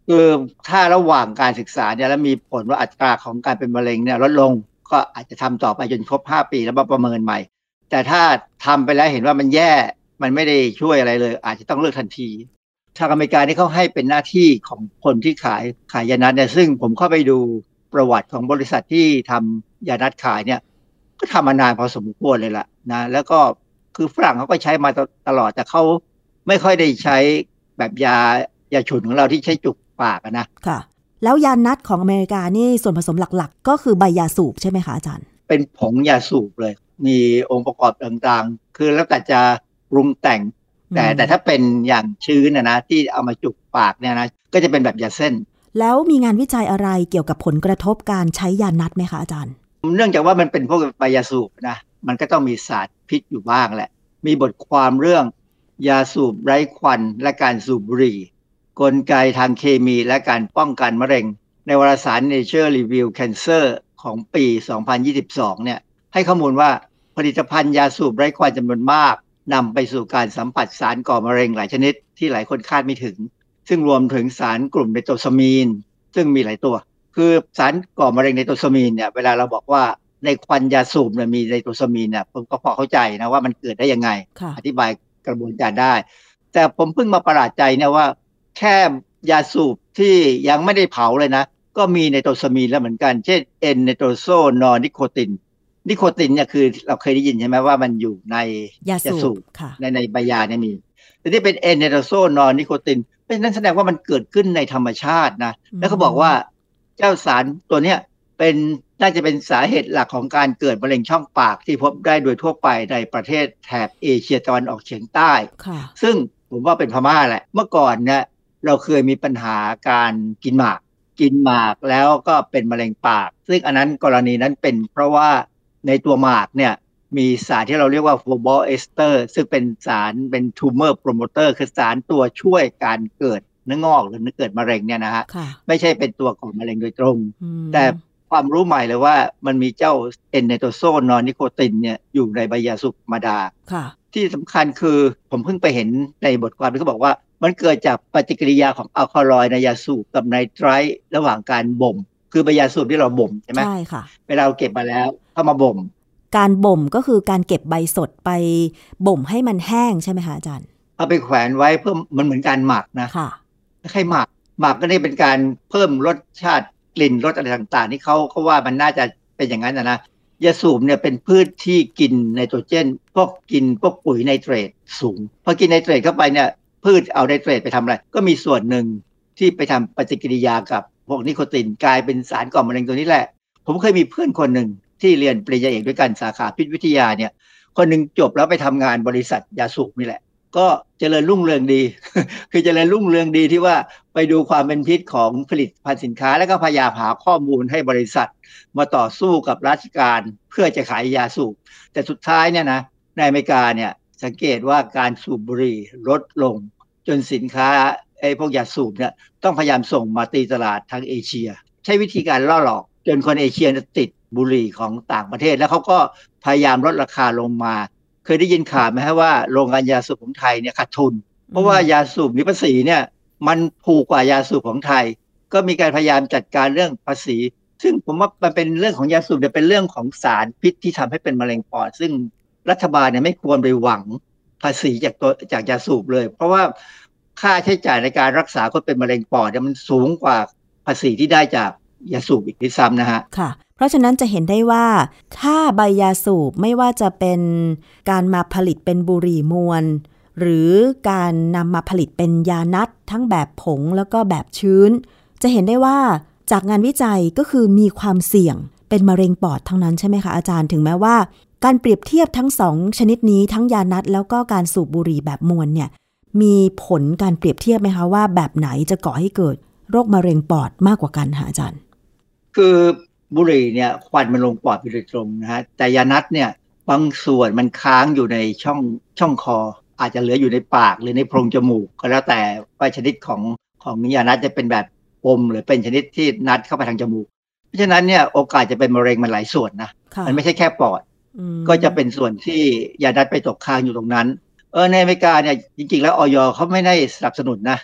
คือถ้าระหว่างการศึกษาเนี่ยแล้วมีผลว่าอัตราของการเป็นมะเร็งเนี่ยลดลงก็อาจจะทำต่อไปจนครบห้าปีแล้วมาประเมินใหม่แต่ถ้าทำไปแล้วเห็นว่ามันแย่มันไม่ได้ช่วยอะไรเลยอาจจะต้องเลิกทันทีทางอเมริกานี่เขาให้เป็นหน้าที่ของคนที่ขายขายยานัดเนี่ยซึ่งผมเข้าไปดูประวัติของบริษัทที่ทำยานัดขายเนี่ยก็ทำมานานพอสมควรเลยล่ะนะแล้วก็คือฝรั่งเขาก็ใช้มาตลอดแต่เขาไม่ค่อยได้ใช้แบบยายาฉุนของเราที่ใช้จุกปากนะค่ะแล้วยานัดของอเมริกานี่ส่วนผสมหลักๆก็คือใบยาสูบใช่ไหมคะอาจารย์เป็นผงยาสูบเลยมีองค์ประกอบต่างๆคือแล้วแต่จะปรุงแต่งแต่แต่ถ้าเป็นอย่างชื้นนะนะที่เอามาจุกปากเนี่ยนะก็จะเป็นแบบยาเส้นแล้วมีงานวิจัยอะไรเกี่ยวกับผลกระทบการใช้ยานัดไหมคะอาจารย์เนื่องจากว่ามันเป็นพวกใบยาสูบนะมันก็ต้องมีสารพิษอยู่บ้างแหละมีบทความเรื่องยาสูบไร้ควันและการสูบบุหรี่กลไกทางเคมีและการป้องกันมะเร็งในวารสาร Nature Review Cancer ของปีสองพันยี่สิบสองเนี่ยให้ข้อมูลว่าผลิตภัณฑ์ยาสูบไร้ควันจำนวนมากนำไปสู่การสัมผัสสารก่อมะเร็งหลายชนิดที่หลายคนคาดไม่ถึงซึ่งรวมถึงสารกลุ่มไนโตซามีนซึ่งมีหลายตัวคือสารก่อมะเร็งไนโตซามีนเนี่ยเวลาเราบอกว่าในควันยาสูบเนี่ยมีไนโตซามีนเนี่ยผมก็พอเข้าใจนะว่ามันเกิดได้ยังไงอธิบายกระบวนการได้แต่ผมเพิ่งมาประหลาดใจเนี่ยว่าแค่ยาสูบที่ยังไม่ได้เผาเลยนะก็มีไนโตซามีนแล้วเหมือนกันเช่น N ไนโตรโซนอร์นิโคตินนิโคตินเนี่ยคือเราเคยได้ยินใช่ไหมว่ามันอยู่ในยาสูบในในใบยาเนี่ยมีแต่ที่เป็น N ไนโตรโซนอร์นิโคตินเป็นนั่นแสดงว่ามันเกิดขึ้นในธรรมชาตินะแล้วเขาบอกว่าเจ้าสารตัวเนี้ยเป็นน่าจะเป็นสาเหตุหลักของการเกิดมะเร็งช่องปากที่พบได้โดยทั่วไปในประเทศแถบเอเชียตะวันออกเฉียงใต้ซึ่งผมว่าเป็นพม่าแหละเมื่อก่อนเนี่ยเราเคยมีปัญหาการกินหมากกินหมากแล้วก็เป็นมะเร็งปากซึ่งอันนั้นกรณีนั้นเป็นเพราะว่าในตัวหมากเนี่ยมีสารที่เราเรียกว่าโฟบอลเอสเตอร์ซึ่งเป็นสารเป็นทูเมอร์โปรโมเตอร์คือสารตัวช่วยการเกิดเนื้องอกหรือเกิดมะเร็งเนี่ยนะฮะไม่ใช่เป็นตัวก่อมะเร็งโดยตรงแต่ความรู้ใหม่เลยว่ามันมีเจ้าเอนไนโตรโซนอร์นิโคตินเนี่ยอยู่ในใบยาสูบธรรมดาที่สำคัญคือผมเพิ่งไปเห็นในบทความที่เขาบอกว่ามันเกิดจากปฏิกิริยาของอัลคาลอยด์ในยาสูบกับไนไตรท์ระหว่างการบ่มคือใบยาสูบที่เราบ่มใช่ไหมใช่ค่ะเวลาเราเก็บมาแล้วเข้ามาบ่มการบ่มก็คือการเก็บใบสดไปบ่มให้มันแห้งใช่ไหมคะอาจารย์เอาไปแขวนไว้เพื่อมันเหมือนการหมักนะค่ะไม่ใช่หมักหมักก็ได้เป็นการเพิ่มรสชาติกลิ่นรสอะไรต่างๆที่เขาเขาว่ามันน่าจะเป็นอย่างนั้นนะนะยาสูบเนี่ยเป็นพืชที่กินไนโตรเจนพวกกินพวกปุ๋ยไนเตรตสูงพอกินไนเตรตเข้าไปเนี่ยพืชเอาไนเตรตไปทำอะไรก็มีส่วนหนึ่งที่ไปทำปฏิกิริยากับพวกนิโคตินกลายเป็นสารก่อมะเร็งตัวนี้แหละผมเคยมีเพื่อนคนหนึ่งที่เรียนปริญญาเอกด้วยกันสาขาพิษวิทยาเนี่ยคนหนึ่งจบแล้วไปทำงานบริษัทยาสูบนี่แหละก็เจริญรุ่งเรืองดี คือเจริญรุ่งเรืองดีที่ว่าไปดูความเป็นพิษของผลิตภัณฑ์สินค้าแล้วก็พยายามหาข้อมูลให้บริษัทมาต่อสู้กับราชการเพื่อจะขายยาสูบแต่สุดท้ายเนี่ยนะในอเมริกาเนี่ยสังเกตว่าการสูบบุหรี่ลดลงจนสินค้าไอ้พวกยาสูบเนี่ยต้องพยายามส่งมาตีตลาดทางเอเชียใช้วิธีการล่อหลอกจนคนเอเชียติดบุหรี่ของต่างประเทศแล้วเขาก็พยายามลดราคาลงมาเคยได้ยินข่าวไหมฮะว่าโรงงานยาสูบของไทยเนี่ยขาดทุนเพราะว่ายาสูบมีภาษีเนี่ยมันถูกกว่ายาสูบของไทยก็มีการพยายามจัดการเรื่องภาษีซึ่งผมว่ามันเป็นเรื่องของยาสูบเนี่ยเป็นเรื่องของสารพิษที่ทำให้เป็นมะเร็งปอดซึ่งรัฐบาลเนี่ยไม่ควรไปหวังภาษีจากตัวจากยาสูบเลยเพราะว่าค่าใช้จ่ายในการรักษาคนเป็นมะเร็งปอดเนี่ยมันสูงกว่าภาษีที่ได้จากยาสูบอีกด้วยซ้ำนะฮะค่ะเพราะฉะนั้นจะเห็นได้ว่าถ้าใบยาสูบไม่ว่าจะเป็นการมาผลิตเป็นบุหรี่มวลหรือการนำมาผลิตเป็นยานัดทั้งแบบผงแล้วก็แบบชื้นจะเห็นได้ว่าจากงานวิจัยก็คือมีความเสี่ยงเป็นมะเร็งปอดทั้งนั้นใช่ไหมคะอาจารย์ถึงแม้ว่าการเปรียบเทียบทั้งสองชนิดนี้ทั้งยานัดแล้วก็การสูบบุหรี่แบบมวลเนี่ยมีผลการเปรียบเทียบไหมคะว่าแบบไหนจะก่อให้เกิดโรคมะเร็งปอดมากกว่ากันคะอาจารย์คือบุหรี่เนี่ยควันมันลงปอดโดยตรงนะฮะแต่ยานัดเนี่ยบางส่วนมันค้างอยู่ในช่องช่องคออาจจะเหลืออยู่ในปากหรือในโพรงจมูกก็แล้วแต่ว่าชนิดของของยานัดจะเป็นแบบอมหรือเป็นชนิดที่นัดเข้าไปทางจมูกเพราะฉะนั้นเนี่ยโอกาสจะเป็นมะเร็งมันหลายส่วนนะมันไม่ใช่แค่ปอดก็จะเป็นส่วนที่ยานัดไปตกค้างอยู่ตรงนั้นเออในอเมริกาเนี่ยจริงๆแล้วอย.เขาไม่ได้สนับสนุนนะ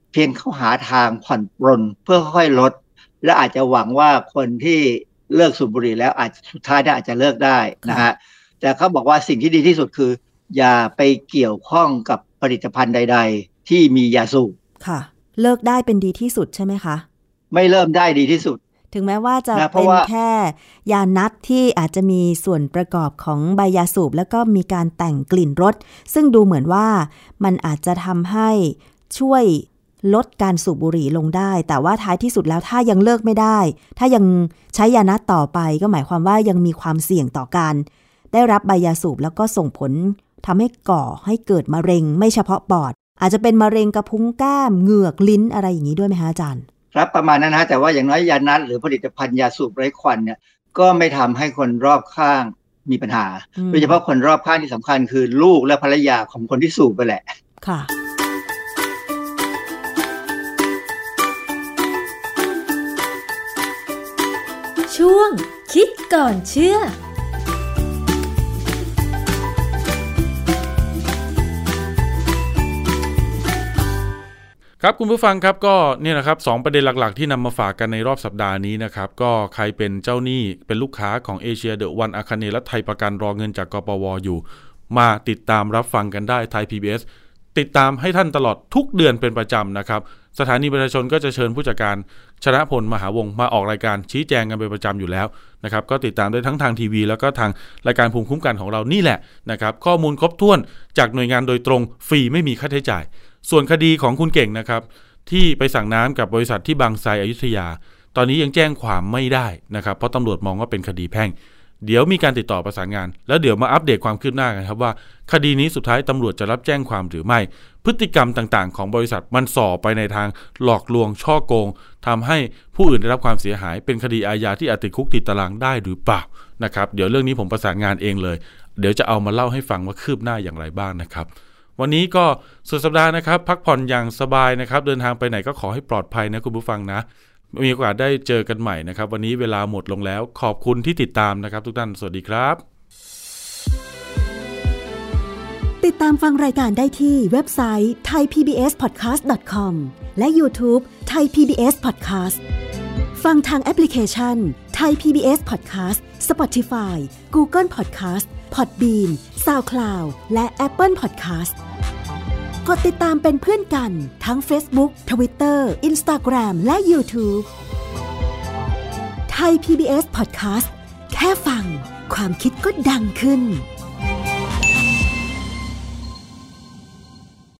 เพียงเขาหาทางผ่อนปรนเพื่อค่อยๆลดและอาจจะหวังว่าคนที่เลิกสูบบุหรี่แล้วอาจสุดท้ายอาจจะเลิกได้นะฮะแต่เขาบอกว่าสิ่งที่ดีที่สุดคืออย่าไปเกี่ยวข้องกับผลิตภัณฑ์ใดๆที่มียาสูบค่ะเลิกได้เป็นดีที่สุดใช่ไหมคะไม่เริ่มได้ดีที่สุดถึงแม้ว่าจะเป็นแค่ยานัดที่อาจจะมีส่วนประกอบของใบยาสูบแล้วก็มีการแต่งกลิ่นรสซึ่งดูเหมือนว่ามันอาจจะทำให้ช่วยลดการสูบบุหรี่ลงได้แต่ว่าท้ายที่สุดแล้วถ้ายังเลิกไม่ได้ถ้ายังใช้ยานัดต่อไปก็หมายความว่ายังมีความเสี่ยงต่อการได้รับใบยาสูบแล้วก็ส่งผลทำให้ก่อให้เกิดมะเร็งไม่เฉพาะปอดอาจจะเป็นมะเร็งกระพุ้งแก้มเหงือกลิ้นอะไรอย่างนี้ด้วยไหมคะอาจารย์ครับประมาณนั้นนะแต่ว่าอย่างน้อยยานัดหรือผลิตภัณฑ์ยาสูบไร้ควันเนี่ยก็ไม่ทำให้คนรอบข้างมีปัญหาโดยเฉพาะคนรอบข้างที่สำคัญคือลูกและภรรยาของคนที่สูบไปแหละค่ะช่วงคิดก่อนเชื่อครับคุณผู้ฟังครับก็เนี่ยนะครับสองประเด็นหลักๆที่นำมาฝากกันในรอบสัปดาห์นี้นะครับก็ใครเป็นเจ้าหนี้เป็นลูกค้าของเอเชียเดอะวันอาคาเนย์และไทยประกันรอเงินจากกปวอยู่มาติดตามรับฟังกันได้ไทย พี บี เอส ติดตามให้ท่านตลอดทุกเดือนเป็นประจำนะครับสถานีประชาชนก็จะเชิญผู้จัดการชนะพลมหาวงศ์มาออกรายการชี้แจงกันเป็นประจำอยู่แล้วนะครับก็ติดตามได้ทั้งทางทีวีแล้วก็ทางรายการภูมิคุ้มกันของเรานี่แหละนะครับข้อมูลครบถ้วนจากหน่วยงานโดยตรงฟรีไม่มีค่าใช้จ่ายส่วนคดีของคุณเก่งนะครับที่ไปสั่งน้ำกับบริษัทที่บางไทรอยุธยาตอนนี้ยังแจ้งความไม่ได้นะครับเพราะตำรวจมองว่าเป็นคดีแพ่งเดี๋ยวมีการติดต่อประสานงานแล้วเดี๋ยวมาอัปเดตความคืบหน้ากันครับว่าคดีนี้สุดท้ายตำรวจจะรับแจ้งความหรือไม่พฤติกรรมต่างๆของบริษัทมันส่อไปในทางหลอกลวงช่อโกงทำให้ผู้อื่นได้รับความเสียหายเป็นคดีอาญาที่อาจติดคุกติดตารางได้หรือเปล่านะครับเดี๋ยวเรื่องนี้ผมประสานงานเองเลยเดี๋ยวจะเอามาเล่าให้ฟังว่าคืบหน้าอย่างไรบ้างนะครับวันนี้ก็สุดสัปดาห์นะครับพักผ่อนอย่างสบายนะครับเดินทางไปไหนก็ขอให้ปลอดภัยนะคุณผู้ฟังนะมีโอกาสได้เจอกันใหม่นะครับวันนี้เวลาหมดลงแล้วขอบคุณที่ติดตามนะครับทุกท่านสวัสดีครับติดตามฟังรายการได้ที่เว็บไซต์ ไทยพีบีเอสพอดแคสต์ ดอท คอม และ YouTube Thai พี บี เอส Podcast ฟังทางแอปพลิเคชัน Thai พี บี เอส Podcast Spotify Google Podcast Podbean SoundCloud และ Apple Podcast กดติดตามเป็นเพื่อนกันทั้ง Facebook Twitter Instagram และ YouTube Thai พี บี เอส Podcast แค่ฟังความคิดก็ดังขึ้น